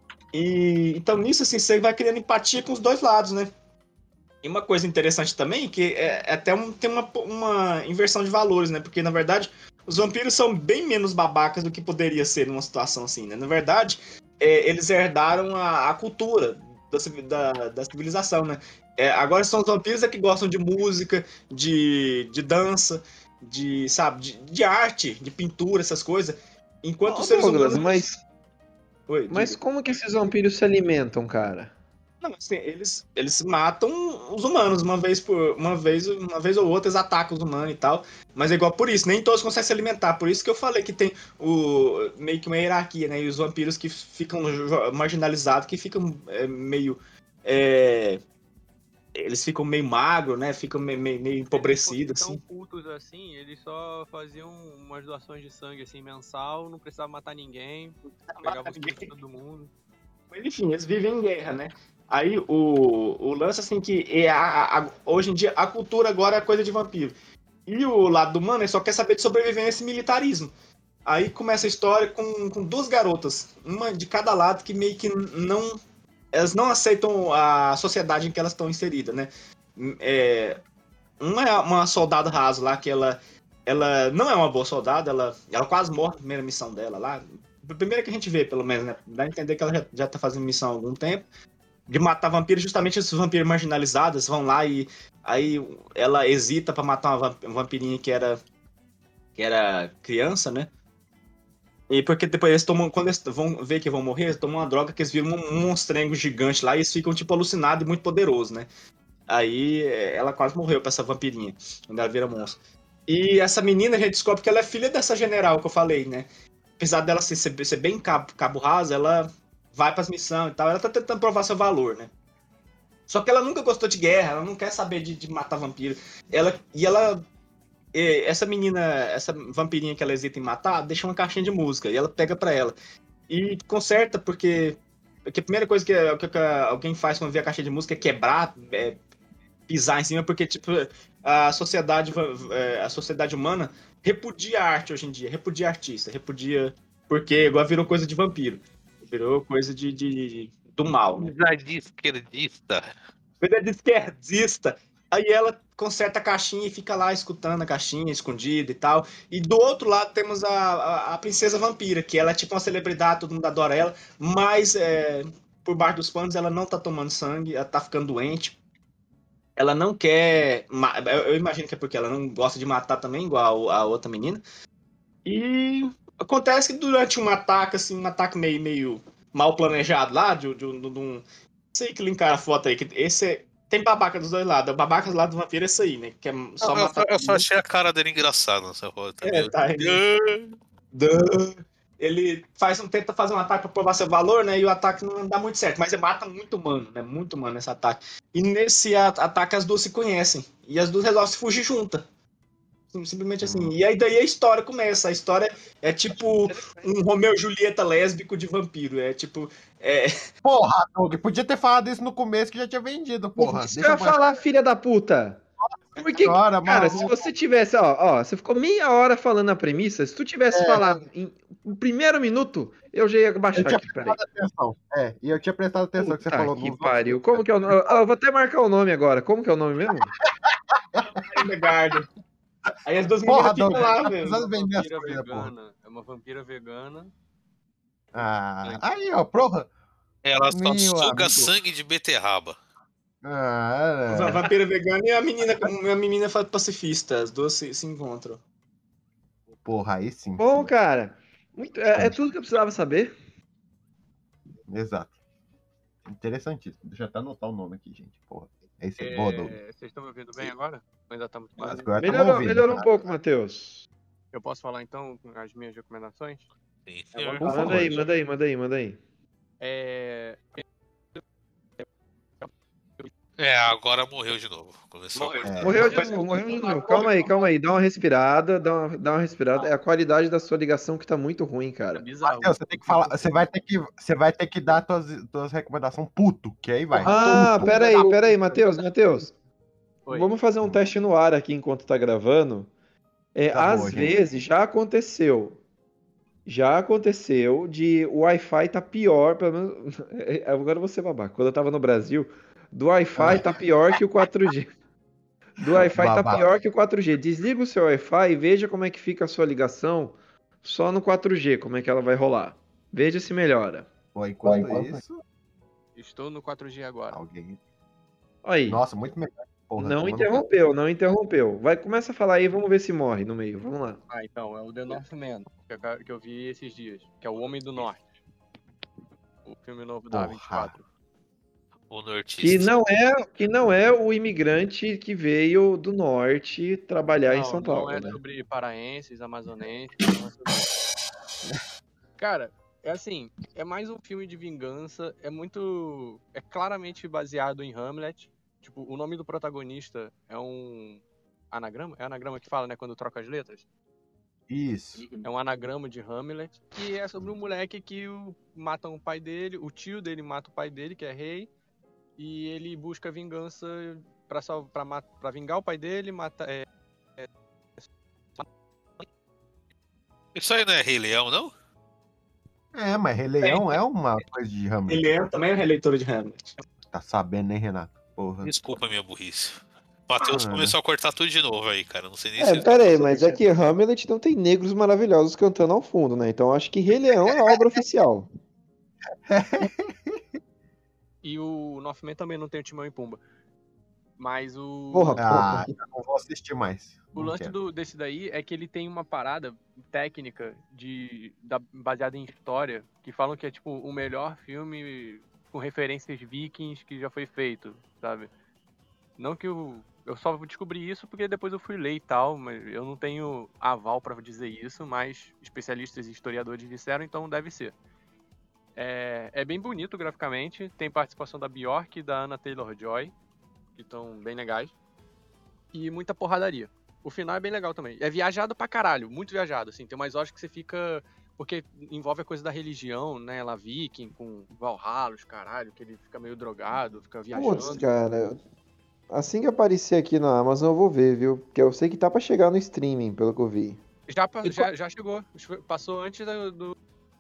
E então nisso, assim, você vai criando empatia com os dois lados, né? E uma coisa interessante também, que é, é até um, tem uma, uma inversão de valores, né? Porque, na verdade, os vampiros são bem menos babacas do que poderia ser numa situação assim, né? Na verdade, é, eles herdaram a, a cultura da, da, da civilização, né? É, agora são os vampiros é que gostam de música, de, de dança, de, sabe, de, de arte, de pintura, essas coisas. Enquanto Ô, os seres Douglas, humanos... mas, Oi, mas diga. como que esses vampiros se alimentam, cara? Não, assim, eles, eles matam os humanos uma vez por uma vez, uma vez ou outra, eles atacam os humanos e tal. Mas é igual por isso, nem todos conseguem se alimentar. Por isso que eu falei que tem o meio que uma hierarquia, né? E os vampiros que ficam marginalizados, que ficam é, meio. É, eles ficam meio magros, né? Ficam meio, meio, meio empobrecidos, Tão assim. cultos assim, eles só faziam umas doações de sangue assim mensal, não precisava matar ninguém, pegava o sangue de todo mundo. Mas enfim, eles vivem em guerra, né? Aí o, o lance, assim, que é a, a, hoje em dia a cultura agora é coisa de vampiro. E o lado do humano só quer saber de sobreviver nesse militarismo. Aí começa a história com, com duas garotas, uma de cada lado, que meio que não. Elas não aceitam a sociedade em que elas estão inseridas, né? É, uma é uma soldado raso lá, que ela, ela não é uma boa soldada, ela, ela quase morre na primeira missão dela lá. A primeira que a gente vê, pelo menos, né? Dá a entender que ela já, já tá fazendo missão há algum tempo. De matar vampiros, justamente esses vampiros marginalizados vão lá e aí ela hesita pra matar uma vampirinha que era que era criança, né? E porque depois eles tomam, quando eles vão ver que vão morrer, eles tomam uma droga que eles viram um monstrengo gigante lá e eles ficam tipo alucinados e muito poderosos, né? Aí ela quase morreu pra essa vampirinha, quando ela vira monstro. E essa menina, a gente descobre que ela é filha dessa general que eu falei, né? Apesar dela ser, ser bem cabo, cabo raso, ela vai pras missões e tal, ela tá tentando provar seu valor, né? Só que ela nunca gostou de guerra, ela não quer saber de, de matar vampiro. Ela, e ela... Essa menina, essa vampirinha que ela hesita em matar, deixa uma caixinha de música, e ela pega pra ela. E conserta, porque... Porque a primeira coisa que, que, que alguém faz quando vê a caixinha de música é quebrar, é, pisar em cima, porque, tipo, a sociedade, a sociedade humana repudia a arte hoje em dia, repudia artista, repudia... Porque agora virou coisa de vampiro. Virou coisa de, de do mal. Né? Coisa de esquerdista. Coisa de esquerdista. Aí ela conserta a caixinha e fica lá escutando a caixinha, escondida e tal. E do outro lado temos a, a, a princesa vampira, que ela é tipo uma celebridade, todo mundo adora ela, mas é, por baixo dos panos ela não tá tomando sangue, ela tá ficando doente. Ela não quer... Eu imagino que é porque ela não gosta de matar também, igual a outra menina. E... Acontece que durante um ataque, assim, um ataque meio, meio mal planejado lá, de, de, de, de um... Sei que linkar a foto aí, que esse é... Tem babaca dos dois lados. O babaca do lado do vampiro é esse aí, né? Que é só eu, matar... eu, eu só achei a cara dele engraçada nessa foto. É, tá. Ele... ele faz um, tenta fazer um ataque pra provar seu valor, né? E o ataque não dá muito certo. Mas ele mata muito humano, né? Muito humano esse ataque. E nesse ataque as duas se conhecem. E as duas resolvem se fugir juntas. Simplesmente assim. E aí daí a história começa. A história é tipo um Romeu e Julieta lésbico de vampiro. É tipo. É... Porra, Doug, podia ter falado isso no começo que já tinha vendido, porra. Isso que eu ia falar, filha da puta. Porque, Senhora, cara, maluco. se você tivesse, ó, ó, você ficou meia hora falando a premissa, se tu tivesse É. falado em o primeiro minuto, eu já ia baixar Eu tinha aqui, peraí. prestado atenção. É, e eu tinha prestado atenção que você Puta falou que nos pariu. Como que é o nome? Ó, eu vou até marcar o nome agora. Como que é o nome mesmo? Garden. Aí as duas Porra, meninas ficam Doug, lá, tá velho. precisando vender as Vampira coisas, porra. vegana. É uma vampira vegana. Ah, aí, ó, prova. Ela só Meu suga amigo. sangue de beterraba. Ah, A é. vampira vegana e a menina, a menina pacifista. As duas se, se encontram. Porra, aí sim. Bom, cara, muito, é, é tudo que eu precisava saber. Exato. Interessantíssimo. Deixa eu até anotar o nome aqui, gente. Porra. É isso aí. Boa, Doug. É, vocês estão me ouvindo bem agora? Ou ainda tá muito Mas baixo? agora tá Melhorou, ouvindo, melhorou tá? um pouco, Matheus. Eu posso falar então as minhas recomendações? Sim, Por senhor. favor. Manda aí, manda aí, manda aí, manda aí. É... É, agora morreu de novo. Começou Morreu. a cortar. É. Morreu de novo, morreu de novo. Calma aí, calma aí. Dá uma respirada, dá uma, dá uma respirada. É a qualidade da sua ligação que tá muito ruim, É cara. bizarro. Matheus, você tem que falar, você vai ter que, você vai ter que dar tuas, tuas recomendações puto, que aí vai. Ah, pera aí, pera aí, Matheus, Matheus. Oi. Vamos fazer um teste no ar aqui enquanto tá gravando. É, Tá às bom, gente. vezes já aconteceu. Já aconteceu de o Wi-Fi tá pior, pelo menos. Agora você babaca. Quando eu tava no Brasil, do Wi-Fi tá pior que o quatro G. Do Wi-Fi tá Babaca. pior que o quatro G. Desliga o seu Wi-Fi e veja como é que fica a sua ligação só no quatro G, como é que ela vai rolar. Veja se melhora. Pô, enquanto isso, Estou no quatro G agora. alguém. Aí. Nossa, muito melhor. Porra, Não tomando interrompeu, não interrompeu. Vai, começa a falar aí, vamos ver se morre no meio. Vamos lá. Ah, então, é o The Northman, que eu, que eu vi esses dias, que é O Homem do Norte. O filme novo da Porra. vinte e quatro. O nortista. Que não é, que não é o imigrante que veio do norte trabalhar em Não, São não Paulo, é né? sobre paraenses, amazonenses, não é sobre isso. Cara, é assim, é mais um filme de vingança, é muito... é claramente baseado em Hamlet. Tipo, o nome do protagonista é um anagrama? É anagrama que fala, né, quando troca as letras? Isso. É um anagrama de Hamlet, que é sobre um moleque que o, matam o pai dele, o tio dele mata o pai dele, que é rei, e ele busca vingança pra, sal- pra, ma- pra vingar o pai dele, matar... É, Isso aí não é Rei Leão, não? É, mas Rei Leão é uma coisa de Hamlet. Ele é também uma releitura de Hamlet. Tá sabendo, hein, Renato? Porra. Desculpa a minha burrice. O Matheus Ah, começou a cortar tudo de novo aí, cara. Não sei nem É, se. pera aí, mas é que Hamlet não tem negros maravilhosos cantando ao fundo, né? Então acho que Rei Leão é a obra oficial. e o Northman também não tem o Timão e Pumba. Mas o... Porra, Ah, eu não vou assistir mais. O Não lance quero. do, desse daí é que ele tem uma parada técnica de, da, baseada em história, que falam que é tipo o melhor filme com referências vikings que já foi feito, sabe? Não que eu, eu só descobri isso porque depois eu fui ler e tal, mas eu não tenho aval pra dizer isso, mas especialistas e historiadores disseram, então deve ser. É, é bem bonito graficamente, tem participação da Bjork e da Anna Taylor-Joy, que estão bem legais, e muita porradaria. O final é bem legal também. É viajado pra caralho, muito viajado, assim. Tem umas horas que você fica... Porque envolve a coisa da religião, né? Lá viking, com Valhalla, os caralho, que ele fica meio drogado, fica viajando. putz, cara. Assim que aparecer aqui na Amazon eu vou ver, viu? Porque eu sei que tá pra chegar no streaming, pelo que eu vi. Já, pa- já, já chegou. Passou antes do... do-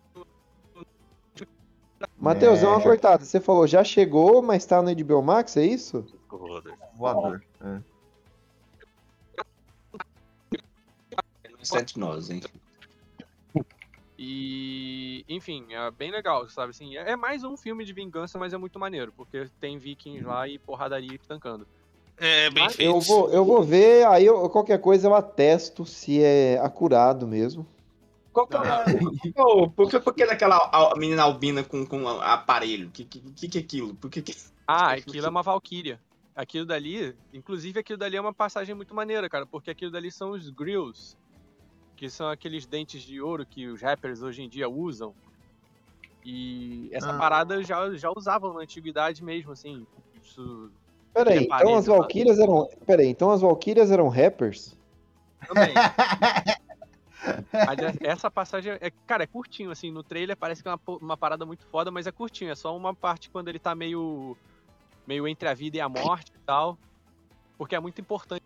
Matheus, dá uma É. cortada. Você falou já chegou, mas tá no H B O Max, é isso? Voador. É. Sente nós, hein? E... Enfim, é bem legal, sabe? Assim, é é mais um filme de vingança, mas é muito maneiro. Porque tem vikings lá e porradaria tancando. É bem Mas feito. Eu vou, eu vou ver, aí eu- qualquer coisa eu atesto se é acurado mesmo. Qual que é o- por, que, por que daquela al- menina albina com, com aparelho? Que, que, que que é aquilo? Por que que... Ah, aquilo é uma valquíria. Aquilo dali, inclusive aquilo dali é uma passagem muito maneira, cara, porque aquilo dali são os grills, que são aqueles dentes de ouro que os rappers hoje em dia usam. E essa Ah. parada já, já usavam na antiguidade mesmo, assim. Isso Peraí, Que então aparelho, as Valkyrias eram. Peraí, então as Valkyrias eram rappers? também. Mas é- essa passagem, é, cara, é curtinho, assim, no trailer parece que é uma, po- uma parada muito foda, mas é curtinho, é só uma parte quando ele tá meio, meio entre a vida e a morte e tal, porque é muito importante.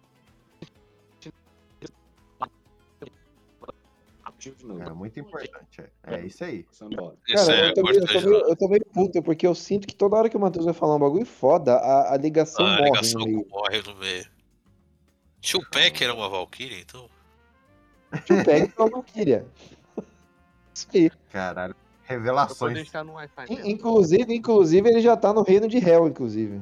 É muito importante. É, é isso aí. Isso Cara, é eu tô, meio, eu, tô importante. meio, eu tô meio puto, porque eu sinto que toda hora que o Matheus vai falar um bagulho foda, a, a ligação A morre ligação no meio. morre no meio. Tupac era uma Valkyria, então? Tu pega e fala, não queria. Isso aí. Caralho. Pra poder Revelações. estar no Wi-Fi In- mesmo. Inclusive, inclusive, ele já tá no reino de Hell, inclusive.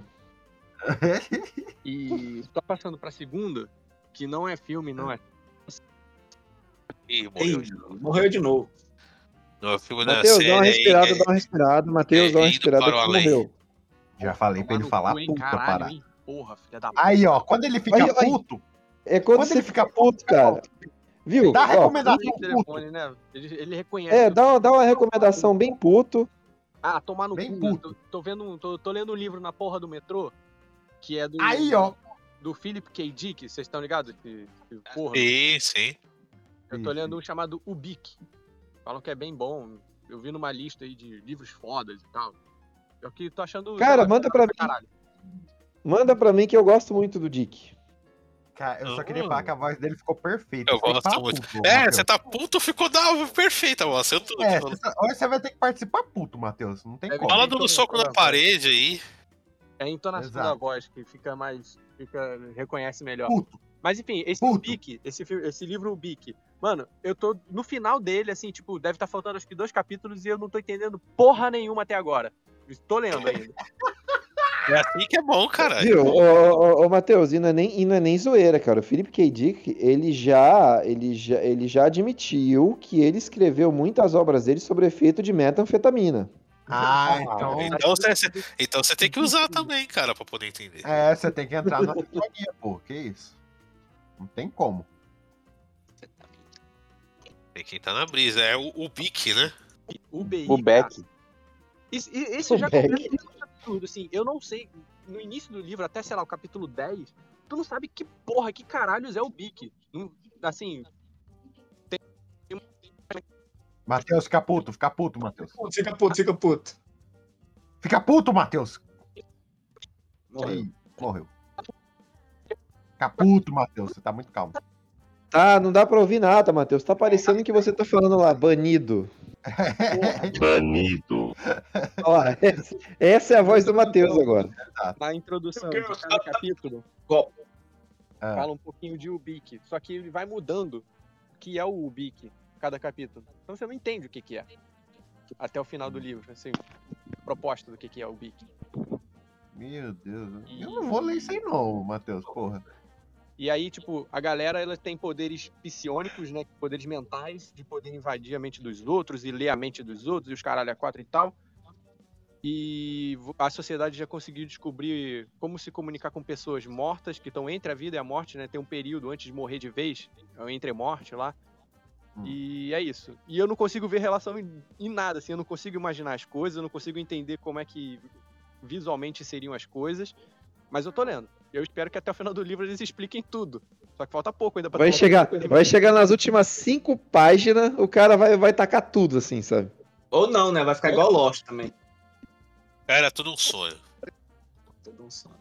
E só passando pra segunda, que não é filme, não é. Ih, morreu Ei, de novo. morreu de novo. Não, o filme da Matheus, dá uma série respirada, aí, dá uma respirada. Matheus, dá uma é indo respirada para que o tu além. morreu. Já falei pra Tomar ele no falar cu, hein, puta caralho, parada. hein? Porra, filha da Aí, ó, quando ele fica Aí, aí. puto, É quando, Quando você ele fica fica puto, cara. Viu? Dá Ó, recomendação Tem puto. telefone, né? Ele, ele reconhece. é, dá, uma- dá uma recomendação bem puto. Ah, tomar no Bem cu. puto. Tô, tô vendo, um- tô, tô lendo um livro na porra do metrô que é do, Aí, ó. do Philip K. Dick, vocês estão ligados? Que, que, porra, Sim, sim. eu tô lendo um chamado Ubik. Falam que é bem bom. Eu vi numa lista aí de livros fodas e tal. Eu que tô achando... Cara, sei lá, manda pra mim. caralho. Manda pra mim que eu gosto muito do Dick. Cara, eu só queria falar que a voz dele ficou perfeita. Eu Você tem que gosto falar muito. puto, É, Matheus. você tá puto, ficou da perfeita, moça. Eu tô... É, você, hoje você vai ter que participar puto, Matheus. Não tem Deve como. falar Fala do soco na parede aí. É a entonação Exato. da voz que fica mais... Fica, reconhece melhor. Puto. Mas enfim, esse Puto. Ubik, esse, fi- esse livro Ubik, mano, eu tô no final dele, assim, tipo, deve estar faltando acho que dois capítulos e eu não tô entendendo porra nenhuma até agora. Tô lendo ainda. É assim que é bom, cara. Viu, ô, ô, ô, Matheus, e não, é nem, e não é nem zoeira, cara. O Philip K. Dick, ele já, ele, já, ele já admitiu que ele escreveu muitas obras dele sobre o efeito de metanfetamina. Ah, então. Então você, então você tem que usar também, cara, pra poder entender. É, você tem que entrar na sintonia, pô. Que isso? Não tem como. Tem que entrar na brisa. É o, o Bic, né? U B I. O Beck. Esse, esse O já Beck. começa muito absurdo, assim. Eu não sei, no início do livro, até, sei lá, o capítulo dez, tu não sabe que porra, que caralhos é o Bic. Não- Assim, Matheus, fica puto, fica puto, Matheus. Fica puto, fica puto. Fica puto, Matheus. Morreu. Ih, morreu. Fica puto, Matheus. Você tá muito calmo. Tá, não dá pra ouvir nada, Matheus. Tá parecendo que você tá falando lá, banido. Banido. Ó, essa, essa é a voz do Matheus agora. na introdução de cada capítulo, Ah, fala um pouquinho de Ubik. Só que ele vai mudando o que é o Ubik, cada capítulo. Então você não entende o que, que é. Até o final do livro, assim, a proposta do que, que é o Ubik. meu Deus. Eu não vou ler isso aí não, Matheus, porra. E aí, tipo, a galera ela tem poderes psionicos, né? Poderes mentais, de poder invadir a mente dos outros e ler a mente dos outros, e os caralho a quatro e tal. E vo- a sociedade já conseguiu descobrir como se comunicar com pessoas mortas, que estão entre a vida e a morte, né? Tem um período antes de morrer de vez, é o entre-morte lá. Hum. E é isso. E eu não consigo ver relação em, em nada, assim, eu não consigo imaginar as coisas, eu não consigo entender como é que visualmente seriam as coisas, mas eu tô lendo. Eu espero que até o final do livro eles expliquem tudo. Só que falta pouco ainda pra Vai ter uma chegar, coisa. vai chegar nas últimas cinco páginas, o cara vai, vai tacar tudo, assim, sabe? Ou não, né? Vai ficar igual Lost também. Era tudo um sonho. Tudo um sonho.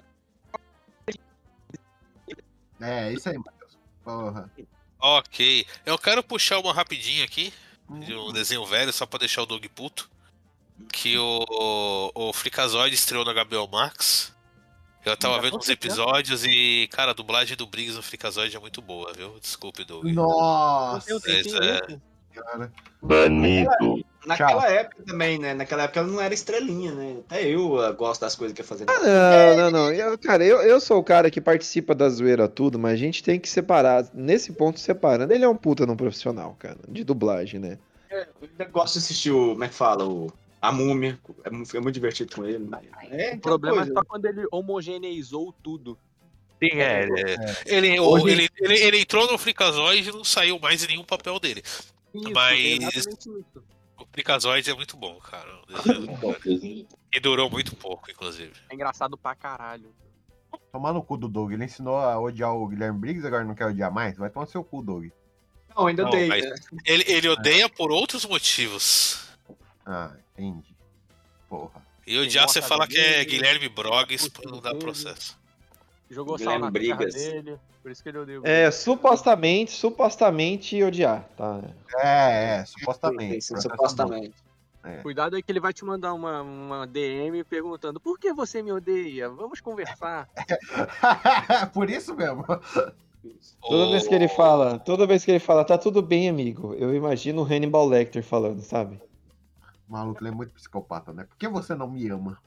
É, isso aí, Matheus. Porra. Ok. Eu quero puxar uma rapidinho aqui, de Hum. um desenho velho, só pra deixar o Doug puto. Que o, o Freakazoid estreou na H B O Max. Eu tava Já vendo tô uns ficando. episódios e, cara, a dublagem do Briggs no Freakazoid é muito boa, viu? Desculpe, Doug. Nossa, Tem um tempinho, Mas, né? cara. Banido. Naquela época também, né? Naquela época ela não era estrelinha, né? Até eu uh, gosto das coisas que ia fazer. Não, não, não. Eu, cara, eu, eu sou o cara que participa da zoeira tudo, mas a gente tem que separar. Nesse ponto, separando. Ele é um puta não profissional, cara, de dublagem, né? Eu ainda gosto de assistir o. Como é que fala? O, a Múmia. É, mu- é muito divertido com ele. Né? É, O problema coisa. é só quando ele homogeneizou tudo. Sim, é, ele, É. ele, Hoje- ele, ele, ele entrou no Freakazoid e não saiu mais em nenhum papel dele. Isso, Mas- exatamente isso. O Freakazoid é muito bom, cara. Um desenho muito bom. E durou muito pouco, inclusive. É engraçado pra caralho. Tomar no cu do Doug. Ele ensinou a odiar o Guilherme Briggs, agora não quer odiar mais? Vai tomar seu cu, Doug. Não, ainda Não, dei. mas- né? Ele, ele odeia por outros motivos. Ah, entendi. Porra. E odiar Tem você Morta fala que é dele, Guilherme Brogues Puxa por não dar dele. processo. Jogou sal Guilherme na terra Brigas. dele, por isso que ele odeia o É, supostamente, supostamente odiar, tá? É, é, supostamente. Sim, Processo supostamente. Cuidado aí que ele vai te mandar uma, uma D M perguntando por que você me odeia? Vamos conversar. bom. Por isso mesmo. Toda vez que ele fala, toda vez que ele fala, tá tudo bem, amigo, eu imagino o Hannibal Lecter falando, sabe? Maluco, ele é muito psicopata, né? Por que você não me ama?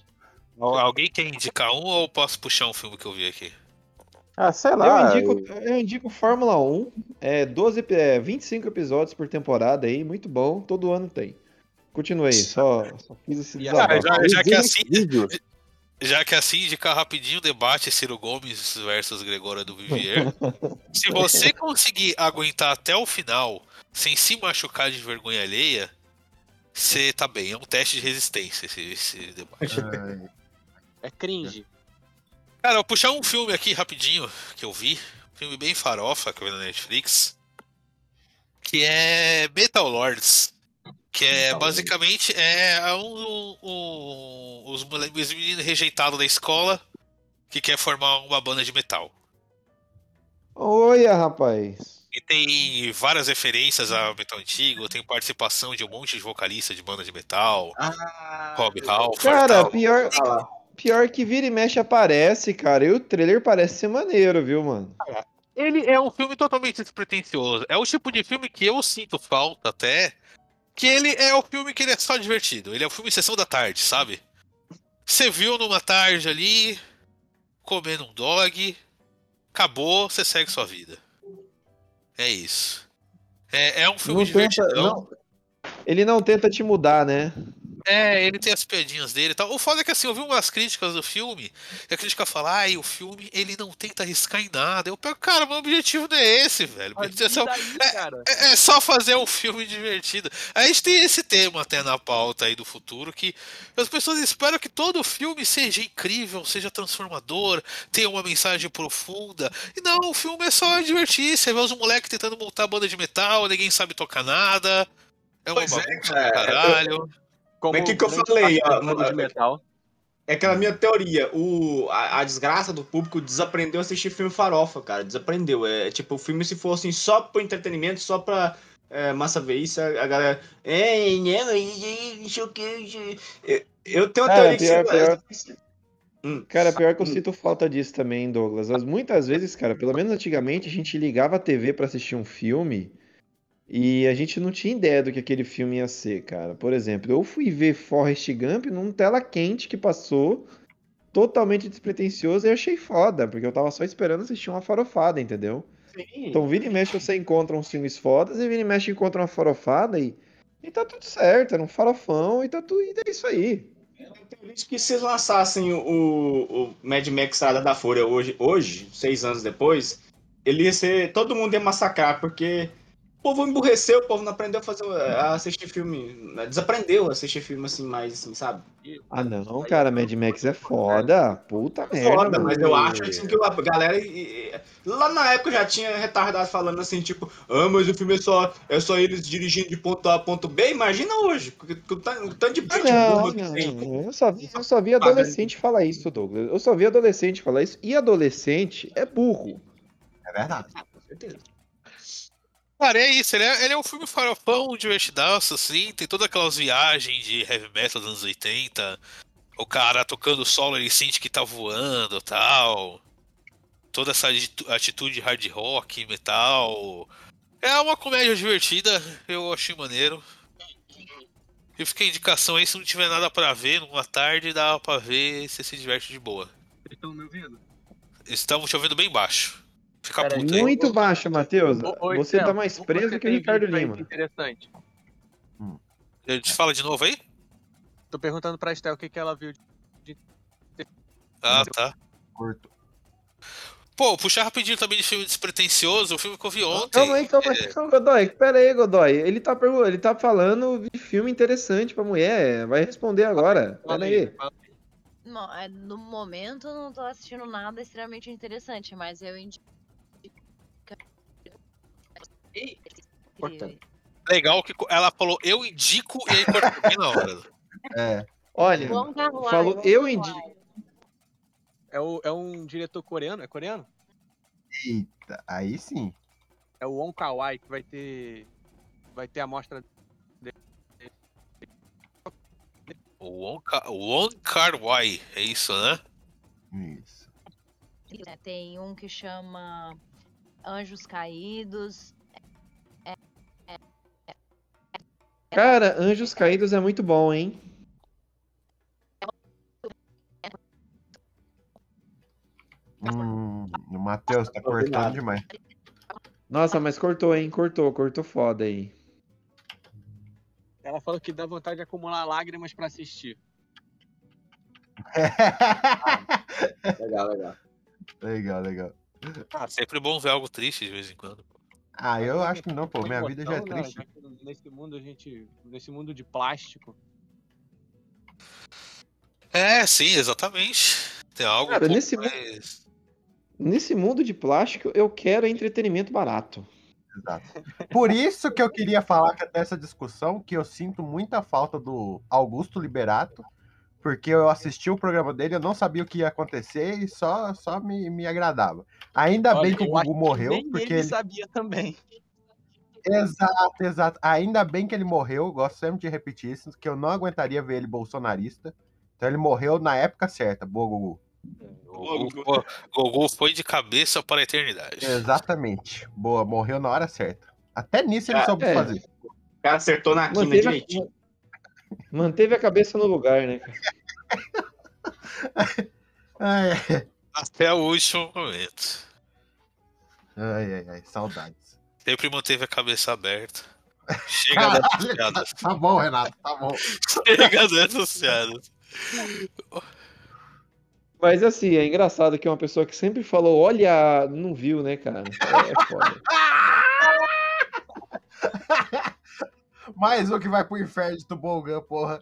Alguém quer indicar um ou eu posso puxar um filme que eu vi aqui? Ah, sei Eu lá. indico, eu indico Fórmula um, é, doze, epi- é, vinte e cinco episódios por temporada aí, muito bom, todo ano tem. Continua aí, só, só fiz esse E desabafo. já, já que é assim, Vídeo. já que é assim, indicar rapidinho o debate Ciro Gomes versus Gregório do Vivier. Se você conseguir aguentar até o final sem se machucar de vergonha alheia, você tá bem. É um teste de resistência esse, esse debate. Ai, É cringe. Cara, eu vou puxar um filme aqui rapidinho que eu vi. Um filme bem farofa que eu vi na Netflix. Que é Metal Lords. Que é Metal basicamente é um, um, um, os mole- os meninos rejeitados da escola que quer formar uma banda de metal. Olha, rapaz. E tem várias referências ao metal antigo, tem participação de um monte de vocalista de banda de metal, Ah, Rob Halford e Cara, tal. pior, ah lá. pior que vira e mexe aparece, cara. E o trailer parece ser maneiro, viu, mano? Ele é um filme totalmente despretensioso. É o tipo de filme que eu sinto falta até. Que ele é o filme que ele é só divertido. Ele é o filme Sessão da Tarde, sabe? Você viu numa tarde ali, comendo um dog, acabou, você segue sua vida. É isso. É, é um filme Não tenta, divertidão. não, ele não tenta te mudar, né? É, ele tem as piadinhas dele e tal. O foda é que assim, eu vi umas críticas do filme, e a crítica fala, ai, o filme, ele não tenta arriscar em nada. Eu pego, cara, meu objetivo não é esse, velho. Mas É só, e daí, cara? é, é só fazer um filme divertido. A gente tem esse tema até na pauta aí do futuro, que as pessoas esperam que todo filme seja incrível, seja transformador, tenha uma mensagem profunda. E não, o filme é só divertir. Você vê os moleques tentando montar banda de metal, ninguém sabe tocar nada. É uma Pois é, bagunça do cara. caralho. Como Mas que que eu grande falei, parte da ó, banda de ó, metal. É aquela minha teoria. O, a, a desgraça do público desaprendeu a assistir filme farofa, cara. Desaprendeu. É tipo, o filme se fosse só pro entretenimento, só pra é, massa ver isso, a, a galera. É, né, mas não sei o que. Eu, eu tenho uma Cara, teoria que pior, pior. se. Hum. Cara, pior que eu sinto falta disso também, Douglas. Mas muitas vezes, cara, pelo menos antigamente, a gente ligava a T V pra assistir um filme e a gente não tinha ideia do que aquele filme ia ser, cara. Por exemplo, eu fui ver Forrest Gump num tela quente que passou, totalmente despretensioso, e eu achei foda, porque eu tava só esperando assistir uma farofada, entendeu? Sim. Então, vira e mexe, você encontra uns filmes fodas, e vira e mexe, encontra uma farofada, e, e tá tudo certo, era um farofão, e tá tudo, e é isso aí. Eu tenho visto que se lançassem o, o, o Mad Max Estrada da Fúria hoje, hoje, seis anos depois, ele ia ser. Todo mundo ia massacrar, porque o povo emburreceu, o povo não aprendeu a fazer a assistir filme. Desaprendeu a assistir filme assim, mais assim, sabe? Ah, não, cara, Mad Max é foda. Puta merda, Foda, mano. mas eu acho assim, que a galera. e- e- Lá na época já tinha retardado falando assim, tipo, ah, mas o filme é só, é só eles dirigindo de ponto A a ponto B. Imagina hoje, com o tan- o tanto de Ah, gente não, burra que não, tem. não. Eu só vi, eu só vi adolescente falar isso, Douglas. Eu só vi adolescente falar isso. E adolescente é burro. É verdade. Com certeza. Cara, é isso, ele é, ele é um filme farofão, divertidaço, assim, tem todas aquelas viagens de heavy metal dos anos oitenta, o cara tocando solo, ele sente que tá voando e tal, toda essa atitu- atitude hard rock, metal, é uma comédia divertida, eu achei maneiro. E fica a indicação aí, se não tiver nada pra ver numa tarde, dá pra ver e você se diverte de boa. Vocês estão me ouvindo? Estamos te ouvindo bem baixo. Fica Pera aí. puto aí. Muito baixo, Matheus. Ô, ô, Você Estela, tá mais você preso que o tem Ricardo visto aí Lima. de Interessante. Eu te falo de novo aí? Tô perguntando pra Estel o que, que ela viu. de- Ah, tá. Curto. Pô, puxar rapidinho também de filme despretensioso, o filme que eu vi ontem. Calma aí, calma aí, calma, Godoy. Pera aí, Godoy. Ele tá, pergu- ele tá falando de filme interessante pra mulher. Vai responder agora. Pera aí. Não, é, no momento eu não tô assistindo nada extremamente interessante, mas eu indico. Cortando. Legal que ela falou, eu indico, e aí cortou bem na hora. É. Olha, Wong Kar-wai, falou, Wong eu Kar-wai. indico. É, o, é um diretor coreano? É coreano? Eita, aí sim. É o Wong Kar-wai que vai ter. Vai ter a mostra. O Wong Kar- Wong Kar-wai, é isso, né? Isso. É, tem um que chama Anjos Caídos. Cara, Anjos Caídos é muito bom, hein? Hum, o Matheus tá cortando demais. Nossa, mas cortou, hein? Cortou, cortou foda aí. Ela falou que dá vontade de acumular lágrimas pra assistir. Legal, legal. Legal, legal. Ah, sempre bom ver algo triste de vez em quando. Ah, eu acho que não, pô. Com Minha vida já é emoção, né? triste. Já que Nesse mundo a gente. Nesse mundo de plástico. É, sim, exatamente. Tem algo Cara, um pouco nesse, mais... nesse mundo de plástico, eu quero entretenimento barato. Exato. Por isso que eu queria falar dessa discussão, que eu sinto muita falta do Augusto Liberato, porque eu assisti o programa dele, eu não sabia o que ia acontecer e só, só me, me agradava. Ainda Olha, bem que o eu acho Gugu morreu, nem porque ele ele... sabia também. Exato, exato. Ainda bem que ele morreu, gosto sempre de repetir isso, que eu não aguentaria ver ele bolsonarista. Então ele morreu na época certa. Boa, Gugu. O Gugu, Gugu foi de cabeça para a eternidade. Exatamente. Boa, morreu na hora certa. Até nisso ele Ah, soube é. fazer. O cara acertou na quina Manteve direitinho. a, manteve a cabeça no lugar, né, cara? Ai, ai, Até o último momento. ai, ai, ai, saudades. Sempre manteve a cabeça aberta. Chega Caralho, dessas tá, piadas. tá bom, Renato, tá bom. Chega dessas piadas. Mas assim, é engraçado que uma pessoa que sempre falou, olha, não viu, né, cara? É, é foda. Mais um que vai pro inferno de Tubogã, porra.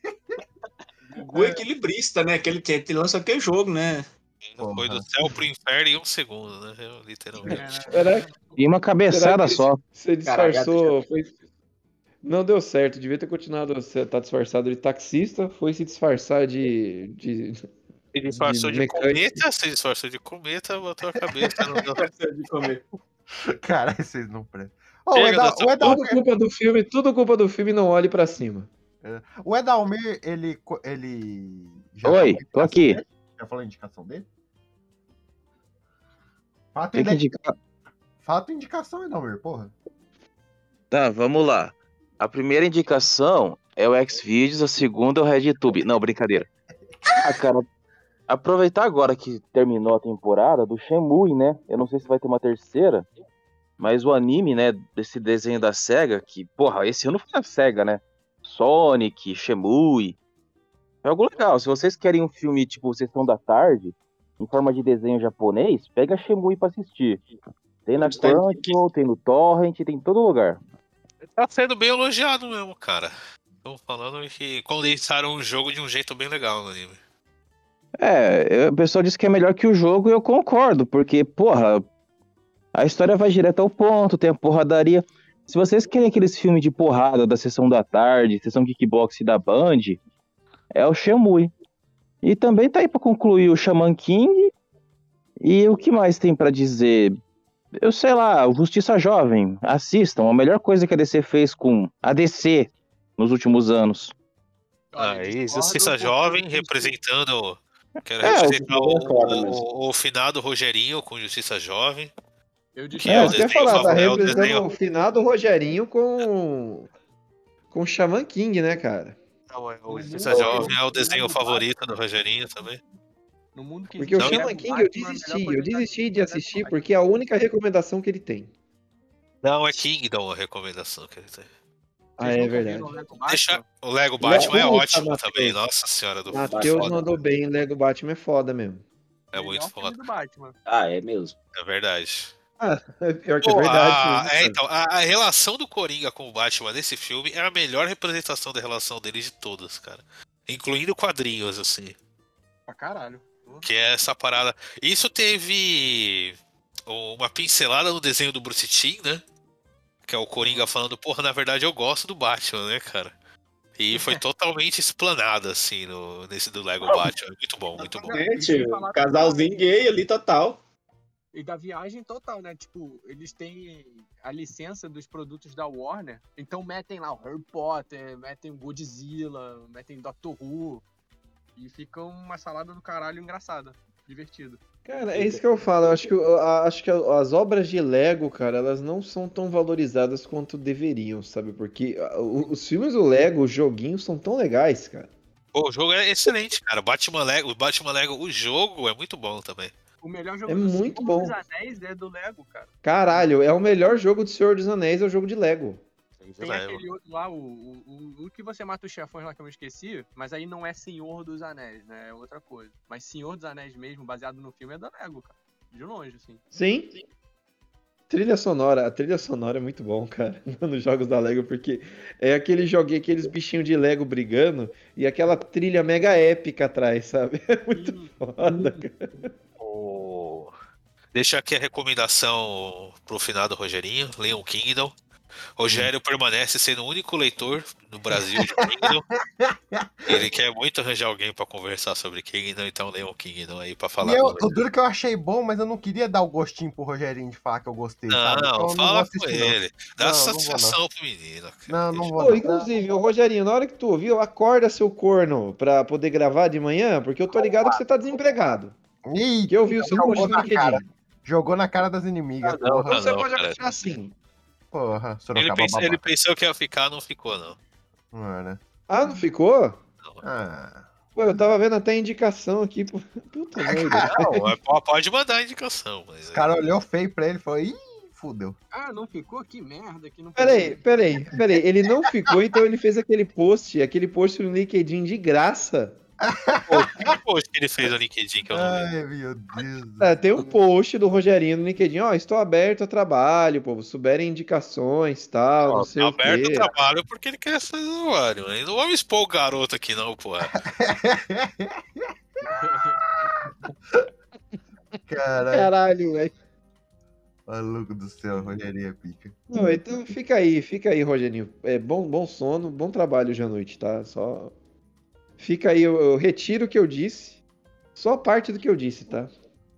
O Gugu é equilibrista, né? Aquele que que lança aquele jogo, né? Porra. Foi do céu pro inferno em um segundo, né? Literalmente. Será, E uma cabeçada será que só. você disfarçou? Caralho, Foi... Não deu certo, devia ter continuado. Você tá disfarçado de taxista, foi se disfarçar de. de... Se disfarçou de, mecânico. cometa, se disfarçou de cometa, botou a cabeça no. de comer. Caralho, vocês não prestam. Ô, o, Chega Edal, dessa o, Tudo Edalmir, culpa do filme, tudo culpa do filme, não olhe pra cima. o Edalmir, ele. co- ele já Oi, falou a tô indicação aqui. dele? Já falou a indicação dele? Fala a tua, Tem que indi- indicar. Fala a tua indicação, Edalmir, porra. Tá, vamos lá. A primeira indicação é o Xvideos, a segunda é o RedTube. Não, brincadeira. Ah, cara, aproveitar agora que terminou a temporada do Shenmue, né? Eu não sei se vai ter uma terceira, mas o anime, né, desse desenho da SEGA, que, porra, esse ano foi da SEGA, né? Sonic, Shenmue. É algo legal. Se vocês querem um filme tipo Sessão da Tarde, em forma de desenho japonês, pega Shenmue pra assistir. Tem na Onde tá? Crunchyroll, tem no Torrent, tem em todo lugar. Tá sendo bem elogiado mesmo, cara. Estão falando que condensaram o jogo de um jeito bem legal no anime. É, o pessoal disse que é melhor que o jogo e eu concordo, porque, porra, a história vai direto ao ponto, tem a porradaria. Se vocês querem aqueles filmes de porrada da Sessão da Tarde, Sessão Kickbox da Band, é o Shenmue. E também tá aí pra concluir o Shaman King. E o que mais tem pra dizer? Eu sei lá, o Justiça Jovem, assistam, a melhor coisa que a D C fez com a D C nos últimos anos. Olha, Aí, discordo Justiça porque Jovem eu- representando. Quero É, representar o, é foda mesmo. o, o finado Rogerinho com Justiça Jovem. Eu É, discordo. o isso que eu ia desenho falar, tá favorito, é o representando desenho- o finado Rogerinho com. com Shaman King, né, cara? Não, é, o No Justiça mundo- Jovem é o no desenho mundo favorito Batman. do Rogerinho também. No mundo que Porque o Não, existe Shaman Lego King eu Batman, a melhor desisti, coisa eu da desisti de vida é assistir Lego porque é a única recomendação que ele tem. Não, é Kingdom a recomendação que ele tem. Ah, Vocês é nunca verdade. viram o Lego Batman? Deixa, o Lego Batman é Puta, ótimo Matheus. também. Nossa senhora do Matheus foda. mandou bem, Lego Batman é foda mesmo. É muito Melhor filme foda. do Batman. Ah, é mesmo. É verdade. Ah, é pior que é Pô, verdade. a, mesmo, é, cara. então, a, a relação do Coringa com o Batman nesse filme é a melhor representação da relação deles de todas, cara. Incluindo quadrinhos, assim. Pra caralho. Que é essa parada. Isso teve uma pincelada no desenho do Bruce Timm, né? Que é o Coringa falando, porra, na verdade eu gosto do Batman, né, cara? E foi totalmente explanado, assim, no, nesse do Lego Batman. Muito bom, muito bom. Gente, casalzinho gay ali total. E da viagem total, né? Tipo, eles têm a licença dos produtos da Warner, então metem lá o Harry Potter, metem o Godzilla, metem Doctor Who, e fica uma salada do caralho engraçada, divertido. Cara, é isso que eu falo. Eu acho que, eu acho que as obras de Lego, cara, elas não são tão valorizadas quanto deveriam, sabe? Porque os filmes do Lego, os joguinhos são tão legais, cara. Pô, o jogo é excelente, cara. Batman Lego, o Batman Lego, o jogo é muito bom também. O melhor jogo É do muito Senhor bom. dos Anéis é do Lego, cara. Caralho, é o melhor jogo do Senhor dos Anéis, é o jogo de Lego. Tem aquele outro lá, o, o, o, o que você mata os chefões lá que eu me esqueci, mas aí não é Senhor dos Anéis, né? É outra coisa. Mas Senhor dos Anéis mesmo, baseado no filme, é da Lego, cara. De longe, assim. Sim. Trilha sonora, a trilha sonora é muito bom, cara, nos jogos da Lego, porque é aquele joguinho, aqueles bichinhos de Lego brigando e aquela trilha mega épica atrás, sabe? É muito foda, cara. O... Deixa aqui a recomendação pro finado Rogerinho, leiam Kingdom. Rogério permanece sendo o único leitor no Brasil de Kingdom. Ele quer muito arranjar alguém pra conversar sobre Kingdom, então leiam Kingdom aí pra falar. E eu, do... o duro que eu achei bom, mas eu não queria dar o gostinho pro Rogerinho de falar que eu gostei, Não, sabe? Então, eu fala vou com assistir, não. ele. Dá Não, não vou, satisfação não. pro menino. cara. Não, não Deixa- vou. Pô, não. inclusive, ô, Rogerinho, na hora que tu ouviu, acorda seu corno pra poder gravar de manhã, porque eu tô ligado que você tá desempregado. Ih, Que eu vi o seu jogou post no na cara. LinkedIn. Jogou na cara das inimigas, Ah, não, porra. não. Você pode cara. achar assim. Porra, Ele, Sorocaba pensou, ele babaca. pensou que ia ficar, não ficou, não. Não é, né? Ah, não ficou? Ah, Pô, eu tava vendo até indicação aqui. pô. Puta merda. Não, é- pode mandar a indicação, mas. o cara olhou feio pra ele e falou, ih, fudeu. Ah, não ficou? Que merda que não Peraí, peraí, peraí. Ele não ficou, então ele fez aquele post, aquele post no LinkedIn de graça. Pô, que post que ele fez no LinkedIn que eu não vi? Ai, meu Deus. É, tem um post do Rogerinho no LinkedIn, ó, estou aberto a trabalho, pô, se souberem indicações, tal, não sei Tá o aberto o quê. trabalho porque ele quer ser usuário. Né? Não vamos expor o garoto aqui, não, pô. Caralho, Caralho, velho. maluco do céu, Rogerinho é pica. Não, então fica aí, fica aí, Rogerinho. É bom, bom sono, bom trabalho hoje à noite, tá? Só fica aí, eu, eu retiro o que eu disse. Só parte do que eu disse, tá?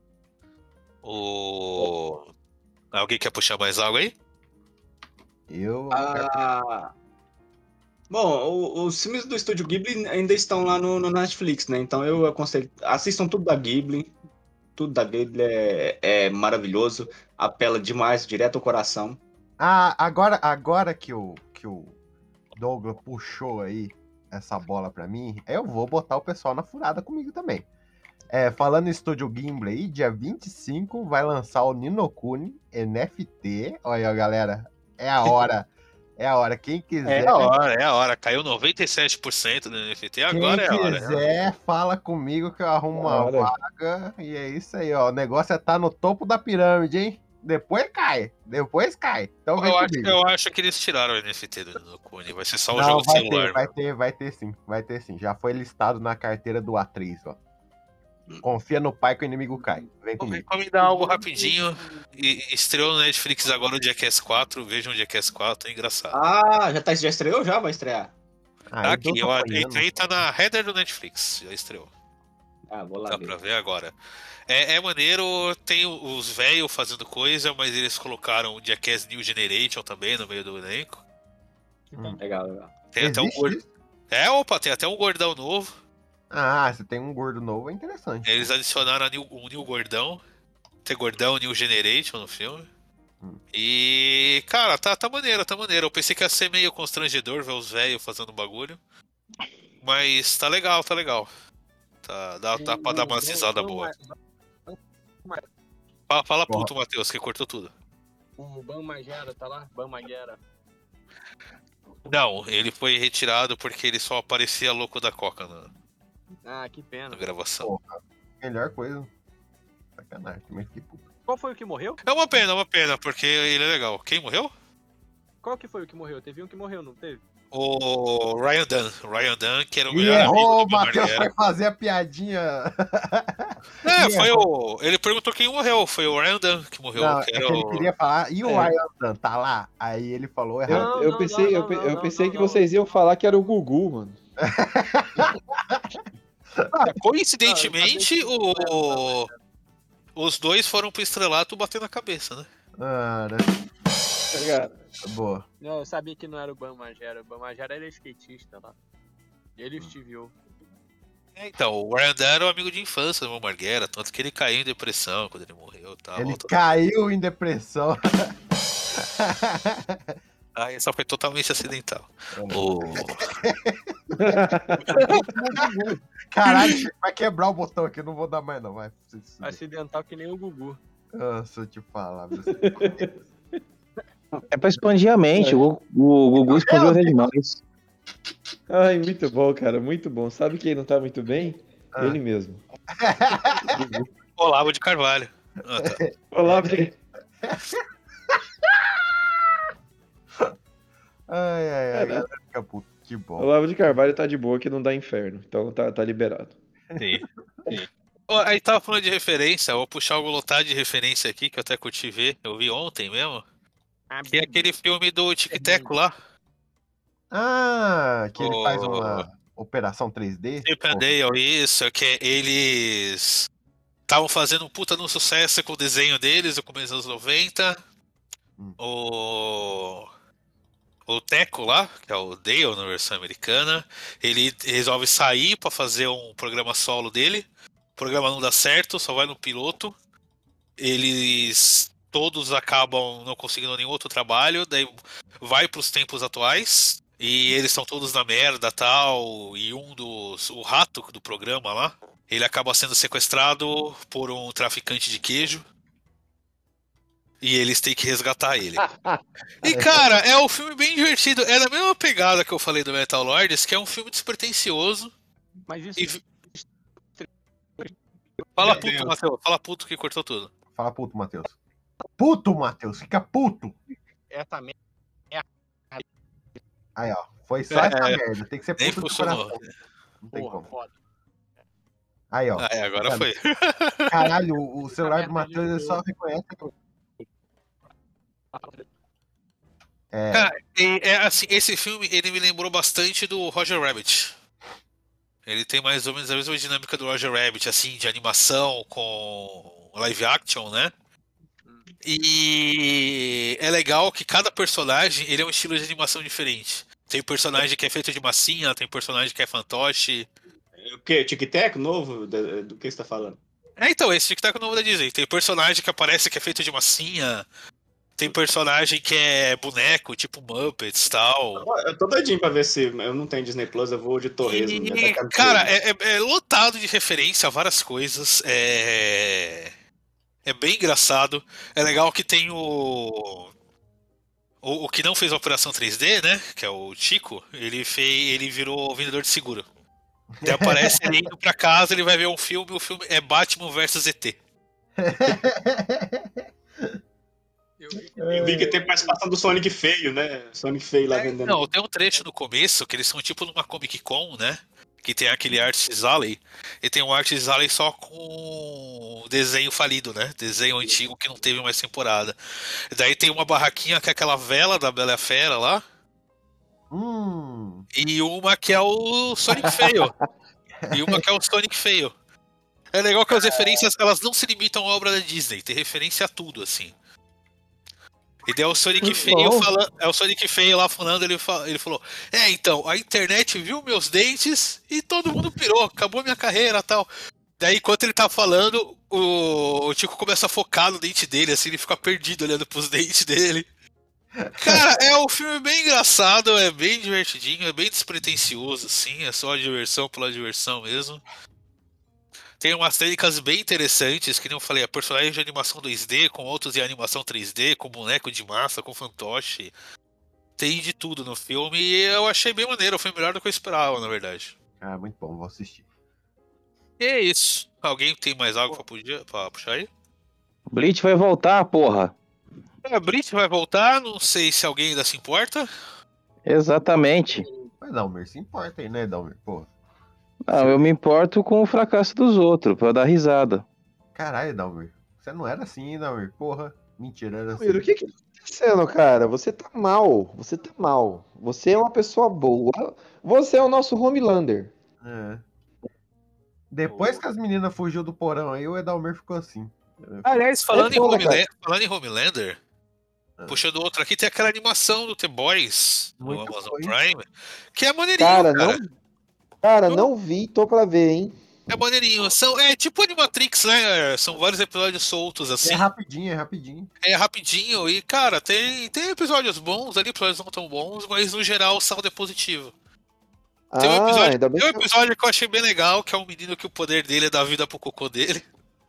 O... Alguém quer puxar mais algo aí? Eu. Ah, bom, o- os filmes do Estúdio Ghibli ainda estão lá no, no Netflix, né? Então eu aconselho, assistam tudo da Ghibli. Tudo da Ghibli é, é maravilhoso, apela demais, direto ao coração. Ah, agora, agora que o, que o Douglas puxou aí essa bola pra mim, eu vou botar o pessoal na furada comigo também. É, falando em Estúdio Ghibli aí, dia vinte e cinco vai lançar o Ni no Kuni N F T. Olha aí, galera, é a hora. É a hora. Quem quiser, É a hora, é a hora. Caiu noventa e sete por cento do N F T, quem agora é a hora. quiser, fala comigo que eu arrumo uma Hora. vaga. E é isso aí, ó. O negócio é estar no topo da pirâmide, hein? Depois cai. Depois cai. Então vem Eu acho, comigo. eu acho que eles tiraram o N F T do Nokuni. Vai ser só o Não, jogo de vai celular. ter, vai ter, vai ter sim. Vai ter sim. Já foi listado na carteira do A três, ó. Confia no pai que o inimigo cai. Vem Vou comigo. recomendar algo rapidinho. E, estreou no Netflix agora o Jackass quatro. Vejam o Jackass quatro, é engraçado. Ah, já, tá, já estreou? Já vai estrear? Ah, Tá eu aqui, tô eu apanhando. entrei, tá na header do Netflix. Já estreou. Ah, vou lá Dá ver. pra ver agora. É, é maneiro, tem os velhos fazendo coisa, mas eles colocaram o Jackass New Generation também no meio do elenco. Legal, legal. Tem até um Existe gordo. isso? É, opa, tem até um gordão novo. Ah, se tem um gordo novo, é interessante. Eles adicionaram a New- um New Gordão. Tem Gordão New Generation no filme. Hum. E, cara, tá, tá maneiro, tá maneiro. Eu pensei que ia ser meio constrangedor ver os velhos fazendo bagulho. Mas tá legal, tá legal. Tá, dá, dá pra dar uma risada boa. Fala, fala Porra. puto, Matheus, que cortou tudo. O Ban Magera tá lá? Ban Magera. Não, ele foi retirado porque ele só aparecia louco da coca na, Ah, que pena. na gravação. Porra. Melhor coisa. Sacanagem, também fiquei puto. Qual foi o que morreu? É uma pena, é uma pena, porque ele é legal. Quem morreu? Qual que foi o que morreu? Teve um que morreu, não teve? O Ryan Dunn. Ryan Dunn, que era o E melhor amigo errou, do o Matheus Marguera. foi fazer a piadinha. É, E foi errou. o. Ele perguntou quem morreu. Foi o Ryan Dunn que morreu. Não, é que que era ele o... queria falar. E o É. Ryan Dunn tá lá? Aí ele falou Eu, errado. Não, eu não, pensei, não, eu, não, pe- não, eu não, pensei não, que não. vocês iam falar que era o Gugu, mano. Ah, coincidentemente, Não, eu sabia o... os dois foram pro estrelato bater na cabeça, né? Ah, né? Tá ligado? Boa. Não, eu sabia que não era o Ban Magera. O Ban Magera era skatista lá. Ele e o Steve O. É, então, o Ryan Dunn era um amigo de infância do Marguera, tanto que ele caiu em depressão quando ele morreu e tal. Ele Volta- caiu em depressão. Ah, isso foi totalmente acidental. O... Caralho, vai quebrar o botão aqui, não vou dar mais não, vai. Acidental que nem o Gugu. Nossa, eu te falar. meu. É pra expandir a mente. O, o Gugu expandiu até demais. Ai, muito bom, cara, muito bom. Sabe quem não tá muito bem? Ah. Ele mesmo. Olavo de Carvalho. Ah, tá. Olá, porque- Ai, ai, ai. É, A galera fica puta. Que O bom. Olavo de Carvalho tá de boa que não dá inferno. Então tá, tá liberado. Sim. Sim. Ó, aí tava falando de referência, eu vou puxar algo lotado de referência aqui, que eu até curti ver, eu vi ontem mesmo. Que é aquele filme do Tic Teco lá. Ah, que ele O- faz uma operação três D? Chip and Dale, isso, que é eles estavam fazendo um puta no sucesso com o desenho deles no começo dos anos noventa. Hum. O. O Teco lá, que é o Dale na versão americana, ele resolve sair pra fazer um programa solo dele. O programa não dá certo, só vai no piloto. Eles todos acabam não conseguindo nenhum outro trabalho, daí vai pros tempos atuais e eles estão todos na merda tal. E um dos. O rato do programa lá, ele acaba sendo sequestrado por um traficante de queijo. E eles têm que resgatar ele. E, cara, é um filme bem divertido. É da mesma pegada que eu falei do Metal Lords, que é um filme despretensioso. Mas isso. E... Fala Meu puto, Deus. Matheus. Fala puto que cortou tudo. Fala puto, Matheus. Puto, Matheus. Fica puto. Essa merda. Aí, ó. Foi só É, essa merda. Tem que ser Nem puto de funcionou. coração. Não tem Porra, como. foda. Aí, ó. Ah, é, agora Tá foi. Caralho, o celular do Matheus ele só reconhece. É, Cara, e, é, assim, esse filme ele me lembrou bastante do Roger Rabbit. Ele tem mais ou menos a mesma dinâmica do Roger Rabbit, assim, de animação com live action, né? E é legal que cada personagem ele é um estilo de animação diferente. Tem personagem que é feito de massinha, tem personagem que é fantoche. O quê? Tic-Tac novo? Do, do que você tá falando? É, então, esse Tic Tac novo da Disney. Tem personagem que aparece que é feito de massinha. Tem personagem que é boneco, tipo Muppets e tal. Eu tô doidinho pra ver se eu não tenho Disney Plus, eu vou de torresmo. já tá E, quero cara, ver. é, é- é lotado de referência a várias coisas. É, é bem engraçado. É legal que tem o... o. O que não fez a Operação três D, né? Que é o Chico. Ele, fez, ele virou vendedor de seguro. Daí aparece ele indo pra casa, ele vai ver um filme. O filme é Batman versus E T. Eu vi que tem participação do Sonic feio, né? Sonic feio lá vendendo. Não, tem um trecho no começo que eles são tipo numa Comic Con, né? Que tem aquele Artist Alley. E tem um Artist Alley só com desenho falido, né? Desenho antigo que não teve mais temporada. Daí tem uma barraquinha que é aquela vela da Bela e a Fera lá. Hum. E uma que é o Sonic feio. E uma que é o Sonic feio. É legal que as referências elas não se limitam à obra da Disney. Tem referência a tudo, assim. E daí é o Sonic Muito feio bom. falando, é o Sonic feio lá falando, ele, fa- ele falou: É, então, a internet viu meus dentes e todo mundo pirou, acabou minha carreira e tal. Daí, enquanto ele tá falando, o, o Tico começa a focar no dente dele, assim, ele fica perdido olhando pros dentes dele. Cara, é um filme bem engraçado, é bem divertidinho, é bem despretensioso, assim, é só diversão pela diversão mesmo. Tem umas técnicas bem interessantes, que nem eu falei, a personagem de animação dois D, com outros de animação três D, com boneco de massa, com fantoche. Tem de tudo no filme e eu achei bem maneiro, foi melhor do que eu esperava, na verdade. Ah, muito bom, vou assistir. E é isso. Alguém tem mais algo pra, puxar- pra puxar aí? Bleach vai voltar, porra. A Brit vai voltar, não sei se alguém ainda se importa. Exatamente. Mas Dalmer, se importa aí, né, Dalmer? Porra. Não, eu me importo com o fracasso dos outros, pra eu dar risada. Caralho, Dalmer. Você não era assim, hein, Dalmer? Porra. Mentira, era assim. Miro, o que que tá acontecendo, cara? Você tá mal. Você tá mal. Você é uma pessoa boa. Você é o nosso Homelander. É. Depois que as meninas fugiu do porão aí, o Edalmer ficou assim. Aliás, falando, É em, foda, Homelander, falando em Homelander, Ah. puxando outro aqui, tem aquela animação do The Boys no Muito Amazon bom, hein? Prime, que é maneirinho, Cara, cara. não. Cara, não vi, tô pra ver, hein? É maneirinho. São, é tipo Animatrix, né? São vários episódios soltos, assim. É rapidinho, é rapidinho. É rapidinho e, cara, tem, tem episódios bons ali, episódios não tão bons, mas no geral o saldo é positivo. Tem um Ah, episódio, ainda bem tem um que eu- episódio que eu achei bem legal, que é um menino que o poder dele é dar vida pro cocô dele.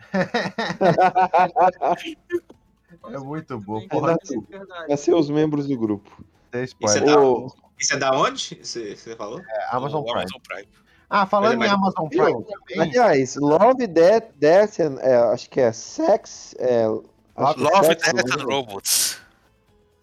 É muito bom. Tem Porra, que ser verdade. vai ser os membros do grupo. tem Isso é, spoiler. da, Ô, isso é da onde? Você, você falou? É, Amazon O Prime. Amazon Prime. Ah, falando Mas é em mais- Amazon Prime Viu? também. aliás, Love, Death, Death and, é, acho que é Sex. É, acho que é Love, Sex, Death and Love. Robots.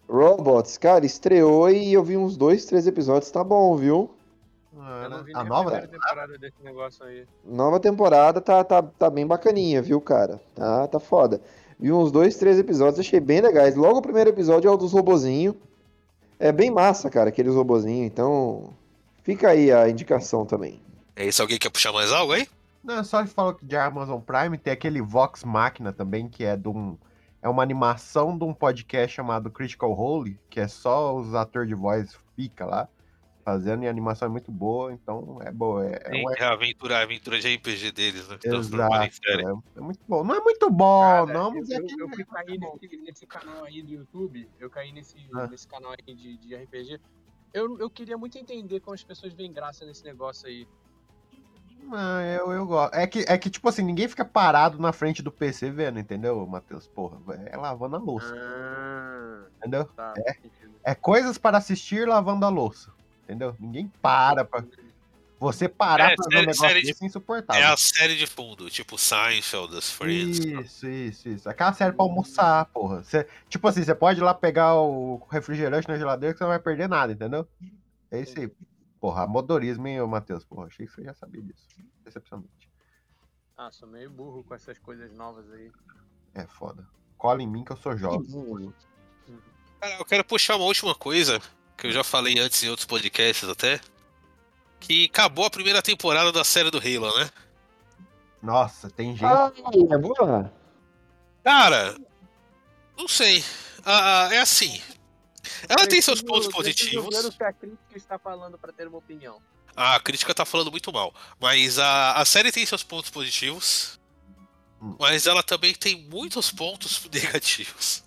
Robots, cara, estreou e eu vi uns dois, três episódios, tá bom, viu? Eu não vi A nem nova? primeira temporada desse negócio aí. Nova temporada tá, tá, tá bem bacaninha, viu, cara? Tá, tá foda. Vi uns dois, três episódios, achei bem legais. Logo o primeiro episódio é o dos robozinhos. É bem massa, cara, aqueles robozinhos. Então, fica aí a indicação também. É isso, alguém quer puxar mais algo aí? Não, só que falou que de Amazon Prime tem aquele Vox Machina também, que é de um. É uma animação de um podcast chamado Critical Role, que é só os atores de voz fica lá, fazendo, e a animação é muito boa, então é boa. É, é Tem um- a aventura, a aventura de R P G deles, né? Que transformaram em Exato, série. é, é muito bom. Não é muito bom, Cara, não, eu, mas é eu, que eu fui cair é bom. nesse, nesse canal aí do YouTube, eu caí nesse, Ah. nesse canal aí de, de R P G. Eu, eu queria muito entender como as pessoas veem graça nesse negócio aí. Não, eu, eu gosto. É que, é que, tipo assim, ninguém fica parado na frente do P C vendo, entendeu, Matheus? Porra, é lavando a louça, Ah, entendeu? tá. É. entendi. É coisas para assistir lavando a louça, entendeu? Ninguém para pra... Você parar É, pra ver um série- negócio série de- desse é insuportável. É a série de fundo, tipo Seinfeld, das Friends. Isso, isso, isso. Aquela série pra almoçar, porra. Você, tipo assim, você pode ir lá pegar o refrigerante na geladeira que você não vai perder nada, entendeu? É isso aí. Porra, modorismo, hein, ô Matheus? Porra, achei que você já sabia disso. Decepcionante. Ah, sou meio burro com essas coisas novas aí. É foda. Cola em mim que eu sou jovem. Cara, eu quero puxar uma última coisa, que eu já falei antes em outros podcasts até. Que acabou a primeira temporada da série do Halo, né? Nossa, tem gente. Ah, é boa? Cara, não sei. Ah, ah, é assim. Ela tem seus pontos Preciso- preciso ver positivos. o que a crítica está falando pra ter uma opinião. A crítica tá falando muito mal. Mas a, a série tem seus pontos positivos. Hum. Mas ela também tem muitos pontos negativos.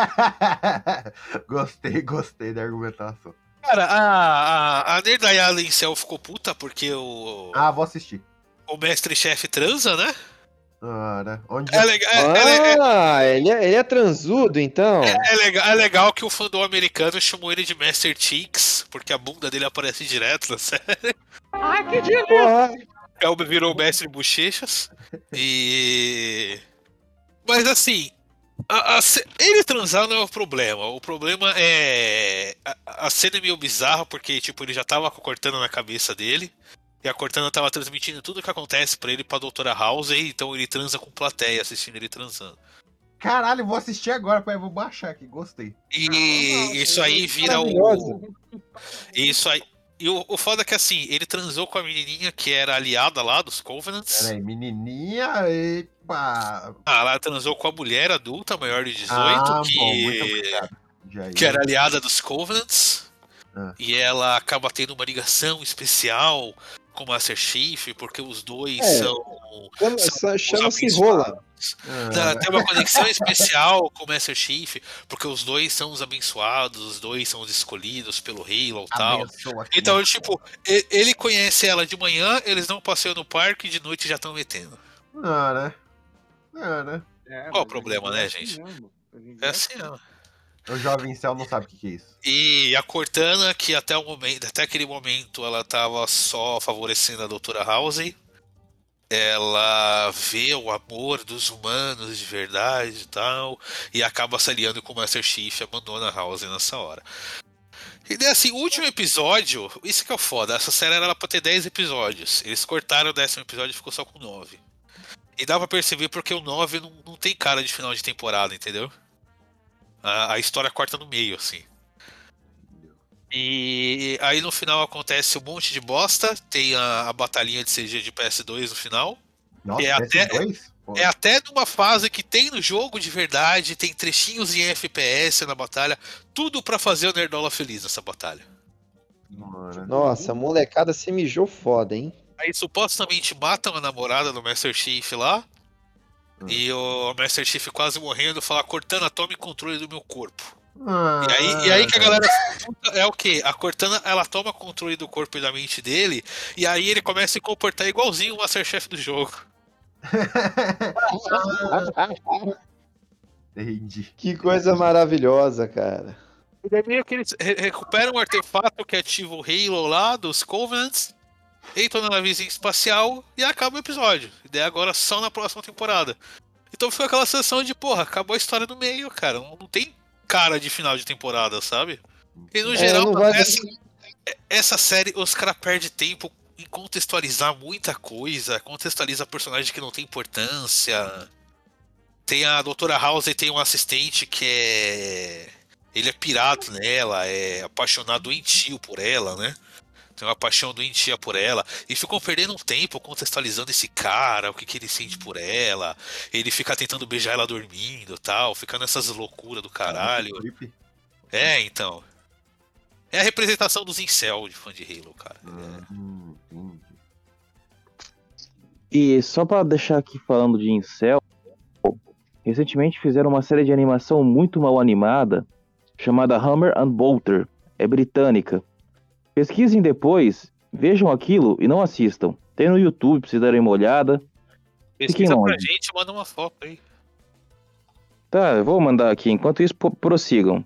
Gostei, gostei da argumentação. Cara, a, a, a Nerdayala em Cell ficou puta porque o, Ah, vou assistir. o mestre-chefe transa, né? Ah, né? Onde É, legal, é, é- é- Ah, ele é, ele é transudo, então. é legal, é legal que o fandom americano chamou ele de Master Cheeks, porque a bunda dele aparece direto na série. Porra. É o virou o mestre bochechas. E. Mas assim. a- a ce- ele transar não é o problema. O problema é. A, a cena é meio bizarra, porque tipo, ele já tava com a Cortana na cabeça dele. E a Cortana tava transmitindo tudo o que acontece pra ele pra doutora House. E então ele transa com plateia assistindo ele transando. Caralho, vou assistir agora, pai. Vou baixar aqui, gostei. E isso aí vira o. Maravilhoso. Isso aí. E o, o foda é que assim, ele transou com a menininha que era aliada lá dos Covenants. Pera aí, menininha, epa. Ah, ela transou com a mulher adulta, maior de dezoito, Ah, que, bom, muito obrigado. Já que era aliada dos Covenants. Ah. E ela acaba tendo uma ligação especial com o Master Chief, porque os dois É. são. Chama- são os Chama-se abençoados. rola. Ela Ah, tem uma conexão especial com o Master Chief, porque os dois são os abençoados, os dois são os escolhidos pelo Halo e tal. abençoa aqui. Então, tipo, e- ele conhece ela de manhã, eles não passeiam no parque, de noite já estão metendo. Ah, né? Ah, né? É, Qual o mas problema, hoje em né, dia é assim gente? mesmo. Hoje em dia É é assim, ó. O jovem céu não sabe o que, que é isso. E a Cortana, que até o momento, até aquele momento ela tava só favorecendo a doutora House, ela vê o amor dos humanos de verdade e tal, e acaba se aliando com o Master Chief e abandona a House nessa hora. E daí, assim, o último episódio, isso que é o foda, essa série era pra ter dez episódios. Eles cortaram o décimo episódio e ficou só com nove. E dá pra perceber porque o nove não, não tem cara de final de temporada, entendeu? A, a história corta no meio, assim. E aí no final acontece um monte de bosta. Tem a, a batalhinha de C G de P S dois no final. Nossa, É é até- dois? Pô, É até numa fase que tem no jogo de verdade, tem trechinhos em F P S na batalha. Tudo pra fazer o Nerdola feliz nessa batalha. mano. Nossa, a molecada se mijou foda, hein? Aí supostamente matam a namorada do Master Chief lá. Hum. E o Master Chief quase morrendo fala: Cortana, tome controle do meu corpo. Ah, E aí, e aí que a galera é o quê? A Cortana, ela toma controle do corpo e da mente dele, e aí ele começa a se comportar igualzinho o Masterchef do jogo. Entendi. Que coisa maravilhosa, cara. E daí meio que eles re- recuperam um artefato que ativa o Halo lá dos Covenants, entram na navezinha espacial e acaba o episódio. E daí agora só na próxima temporada. Então fica aquela sensação de, porra, acabou a história no meio, cara. Não, não tem cara de final de temporada, sabe? E no É, geral, não vai- essa, essa série, os caras perdem tempo em contextualizar muita coisa, contextualiza personagem que não tem importância. Tem a doutora House e tem um assistente que é. Ele é pirado nela, é apaixonado doentio por ela, né? Tem uma paixão doentia por ela. E ficam perdendo um tempo contextualizando esse cara, o que, que ele sente por ela. Ele fica tentando beijar ela dormindo e tal, fica nessas loucuras do caralho. Creepy. É, então. É a representação dos incel de fã de Halo, cara. Hum, entendi. E só pra deixar aqui falando de incel, recentemente fizeram uma série de animação muito mal animada chamada Hammer and Bolter. É britânica. Pesquisem depois, vejam aquilo e não assistam. Tem no YouTube pra vocês darem uma olhada. Pesquisa pra longe. gente, manda uma foto aí. Tá, eu vou mandar aqui. Enquanto isso, po- prossigam.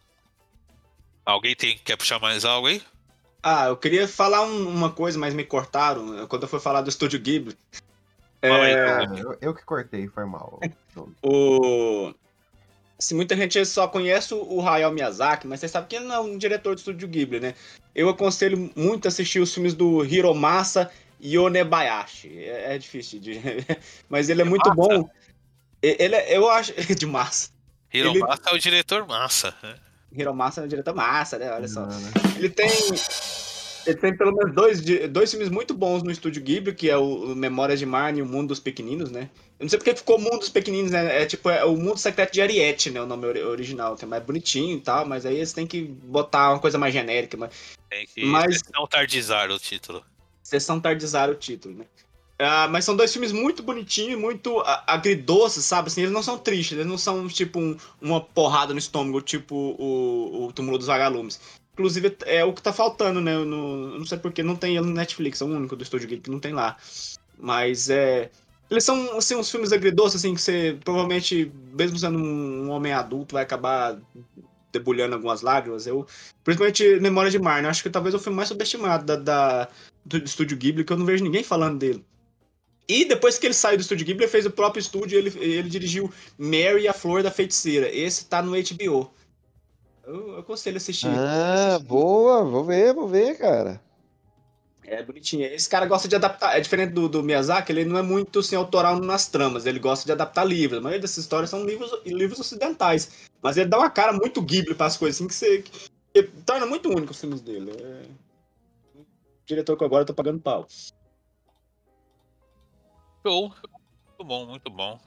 Alguém tem, quer puxar mais algo aí? Ah, eu queria falar um- uma coisa, mas me cortaram quando eu fui falar do Estúdio Ghibli. Fala aí, É, Ah, eu, eu que cortei, foi mal. o... Se muita gente só conhece o Hayao Miyazaki, mas você sabe que ele não é um diretor do Estúdio Ghibli, né? Eu aconselho muito a assistir os filmes do Hiromasa Yonebayashi. É, é difícil de... mas ele é muito Massa? bom. E- Ele é, eu acho... de massa. Hiromasa é o diretor massa. Né? Hiromasa é um diretor massa, né? Olha só. Não, né? Ele tem... Ele tem pelo menos dois, di- dois filmes muito bons no Estúdio Ghibli, que é o o Memórias de Marnie e o Mundo dos Pequeninos, né? Eu não sei porque ficou Mundo dos Pequeninos, né? É tipo, é o Mundo Secreto de Ariete, né? O nome ori- original, que é mais bonitinho e tal, mas aí eles têm que botar uma coisa mais genérica, mas Tem que Mas- não tardizar o título. Sessão Tardizar o título, né? Ah, mas são dois filmes muito bonitinhos, muito a- agridoces, sabe? Assim, eles não são tristes, eles não são tipo um- uma porrada no estômago, tipo o, o Túmulo dos Vagalumes. Inclusive, é o que tá faltando, né? No, eu não sei porque não tem ele no Netflix, é o único do Estúdio Ghibli que não tem lá. Mas é. Eles são assim, uns filmes agridoces, assim, que você provavelmente, mesmo sendo um, um homem adulto, vai acabar debulhando algumas lágrimas. Eu, principalmente Memória de Marnie, eu acho que talvez é o filme mais subestimado da, da- do Estúdio Ghibli, que eu não vejo ninguém falando dele. E depois que ele saiu do Estúdio Ghibli, ele fez o próprio estúdio, ele, ele dirigiu Mary e a Flor da Feiticeira. Esse tá no H B O. Eu, eu aconselho assistir. Ah, boa, vou ver, vou ver, cara. É bonitinho. Esse cara gosta de adaptar. É diferente do, do Miyazaki, ele não é muito assim, autoral nas tramas. Ele gosta de adaptar livros. A maioria dessas histórias são livros, livros ocidentais. Mas ele dá uma cara muito Ghibli para as coisas, assim, que você. Que torna muito único os filmes dele. É... O diretor que agora eu tô pagando pau. Show. Muito bom, muito bom.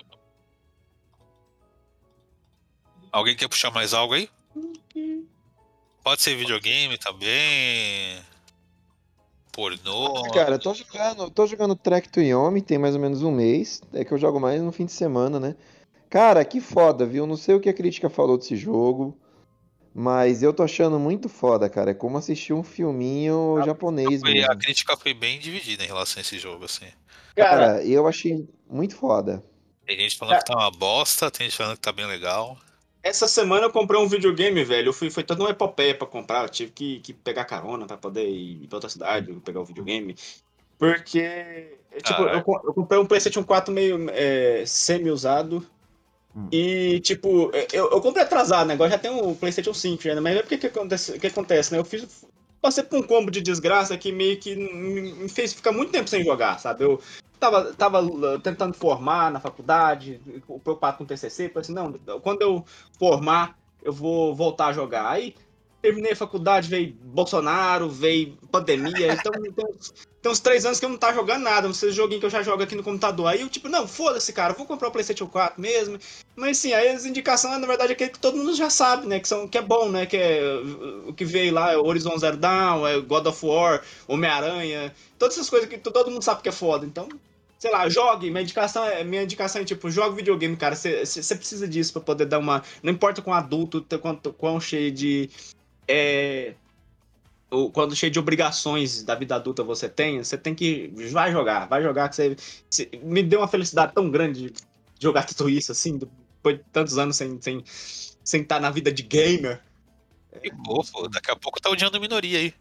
Alguém quer puxar mais algo aí? Pode ser videogame também. Pornô. Cara, eu tô jogando, tô jogando Track to Yomi, tem mais ou menos um mês. É que eu jogo mais no fim de semana, né? Cara, que foda, viu? Não sei o que a crítica falou desse jogo, mas eu tô achando muito foda, cara. É como assistir um filminho japonês Foi- mesmo. a crítica foi bem dividida em relação a esse jogo, assim. Cara, Cara, eu achei muito foda. Tem gente falando que tá uma bosta, tem gente falando que tá bem legal. essa semana eu comprei um videogame, velho. Eu fui, foi toda uma epopeia pra comprar. Eu tive que, que pegar carona pra poder ir pra outra cidade, pegar o videogame. Porque, é, tipo, eu, co- eu comprei um PlayStation quatro meio é, semi-usado. Hum. E, tipo, eu, eu comprei atrasado, né? Agora já tem o PlayStation cinco, já, né? Mas é porque que acontece, o que acontece, né? Eu fiz. Passei por um combo de desgraça que meio que me me fez ficar muito tempo sem jogar, sabe? Eu tava, tava uh, tentando formar na faculdade, preocupado com o T C C, falei assim, não, quando eu formar, eu vou voltar a jogar. Aí terminei a faculdade, veio Bolsonaro, veio pandemia, então tem uns, tem uns três anos que eu não tava jogando nada, esses joguinhos que eu já jogo aqui no computador. Aí eu, tipo, não, foda-se, cara, vou comprar o PlayStation quatro mesmo. Mas sim, aí as indicações, na verdade, é aquele que todo mundo já sabe, né? Que, são, que é bom, né? Que é o que veio lá, é Horizon Zero Dawn, é God of War, Homem-Aranha, todas essas coisas que todo mundo sabe que é foda. Então, sei lá, jogue. Minha indicação é, minha indicação é tipo, jogue videogame, cara. Você precisa disso pra poder dar uma. Não importa quão adulto, quanto, quão cheio de. É, o- quando cheio de obrigações da vida adulta você tem, você tem que. Vai jogar, vai jogar que você. você- me deu uma felicidade tão grande de jogar tudo isso, assim, depois de tantos anos sem sem sem estar na vida de gamer. Que fofo, daqui a pouco tá odiando a minoria aí.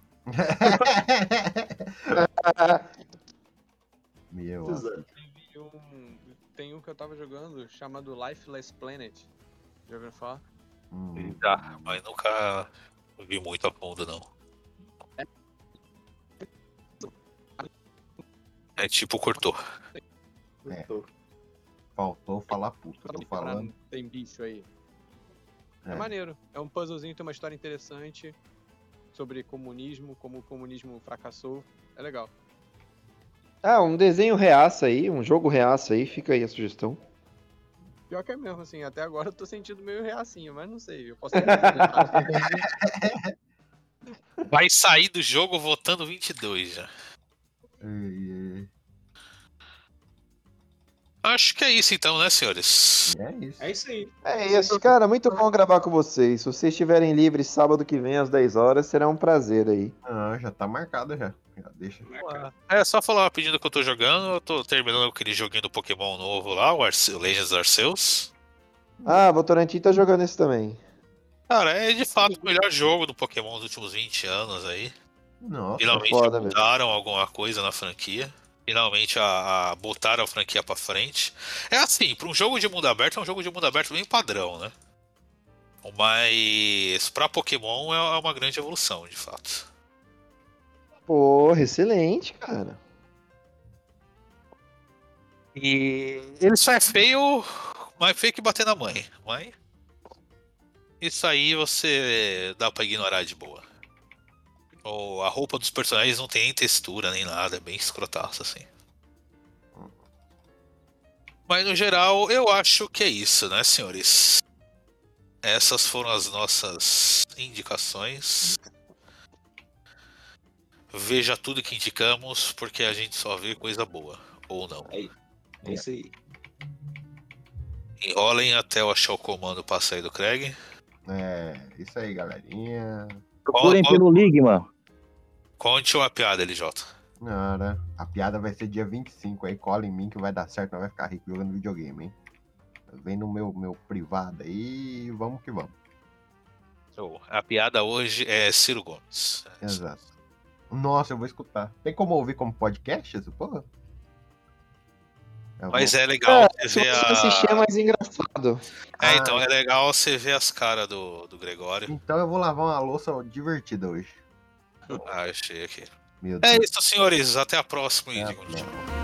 Meu, Teve um, tem um que eu tava jogando chamado Lifeless Planet. Já ouviram falar? Hum. Já, mas nunca vi muito a fundo, não. É tipo, cortou. É. Faltou falar puta, eu tô falando. Tem bicho aí. É. É. maneiro. É um puzzlezinho, tem uma história interessante sobre comunismo, como o comunismo fracassou. É legal. Ah, um desenho reaça aí, um jogo reaça aí, fica aí a sugestão. Pior que é mesmo, assim, até agora eu tô sentindo meio reacinho, mas não sei, eu posso... Vai sair do jogo votando vinte e dois já. E- e- Acho que é isso então, né, senhores? É isso. É isso aí. É isso, cara, muito bom gravar com vocês. Se vocês estiverem livres sábado que vem às dez horas, será um prazer aí. Ah, já tá marcado já. Já deixa. É só falar rapidinho que eu tô jogando. Eu tô terminando aquele joguinho do Pokémon novo lá, o Arce... Legends Arceus. Ah, Votorantim tá jogando esse também. Cara, é de fato o melhor jogo do Pokémon dos últimos vinte anos aí. Nossa, Finalmente foda, velho. mudaram alguma coisa na franquia. Finalmente a, a botaram a franquia pra frente. É assim, pra um jogo de mundo aberto, é um jogo de mundo aberto bem padrão, né? Mas pra Pokémon é uma grande evolução, de fato. Porra, excelente, cara. E ele só é feio, mais feio que bater na mãe. Mas isso aí você dá pra ignorar de boa. Ou a roupa dos personagens não tem nem textura nem nada, é bem escrotaço assim. Mas no geral, eu acho que é isso, né, senhores? Essas foram as nossas indicações. Veja tudo que indicamos, porque a gente só vê coisa boa, ou não. É isso aí. Enrolem até eu achar o comando pra sair do Craig. É, isso aí, galerinha. Procurem Qual- pelo Ligma. Conte uma piada, L J. Cara, a piada vai ser dia vinte e cinco aí, cola em mim que vai dar certo, nós vai ficar rico jogando videogame, hein? Vem no meu, meu privado aí e vamos que vamos. Oh, a piada hoje é Ciro Gomes. Exato. Nossa, eu vou escutar. Tem como ouvir como podcast isso, porra? Eu Mas vou- é legal É, você se ver você a... assistir é mais engraçado. É, então Ah, é legal você ver as caras do, do Gregório. Então eu vou lavar uma louça divertida hoje. Ah, achei aqui. Meu É Deus. isso, senhores. Até a próxima e Até a digam tchau. próxima.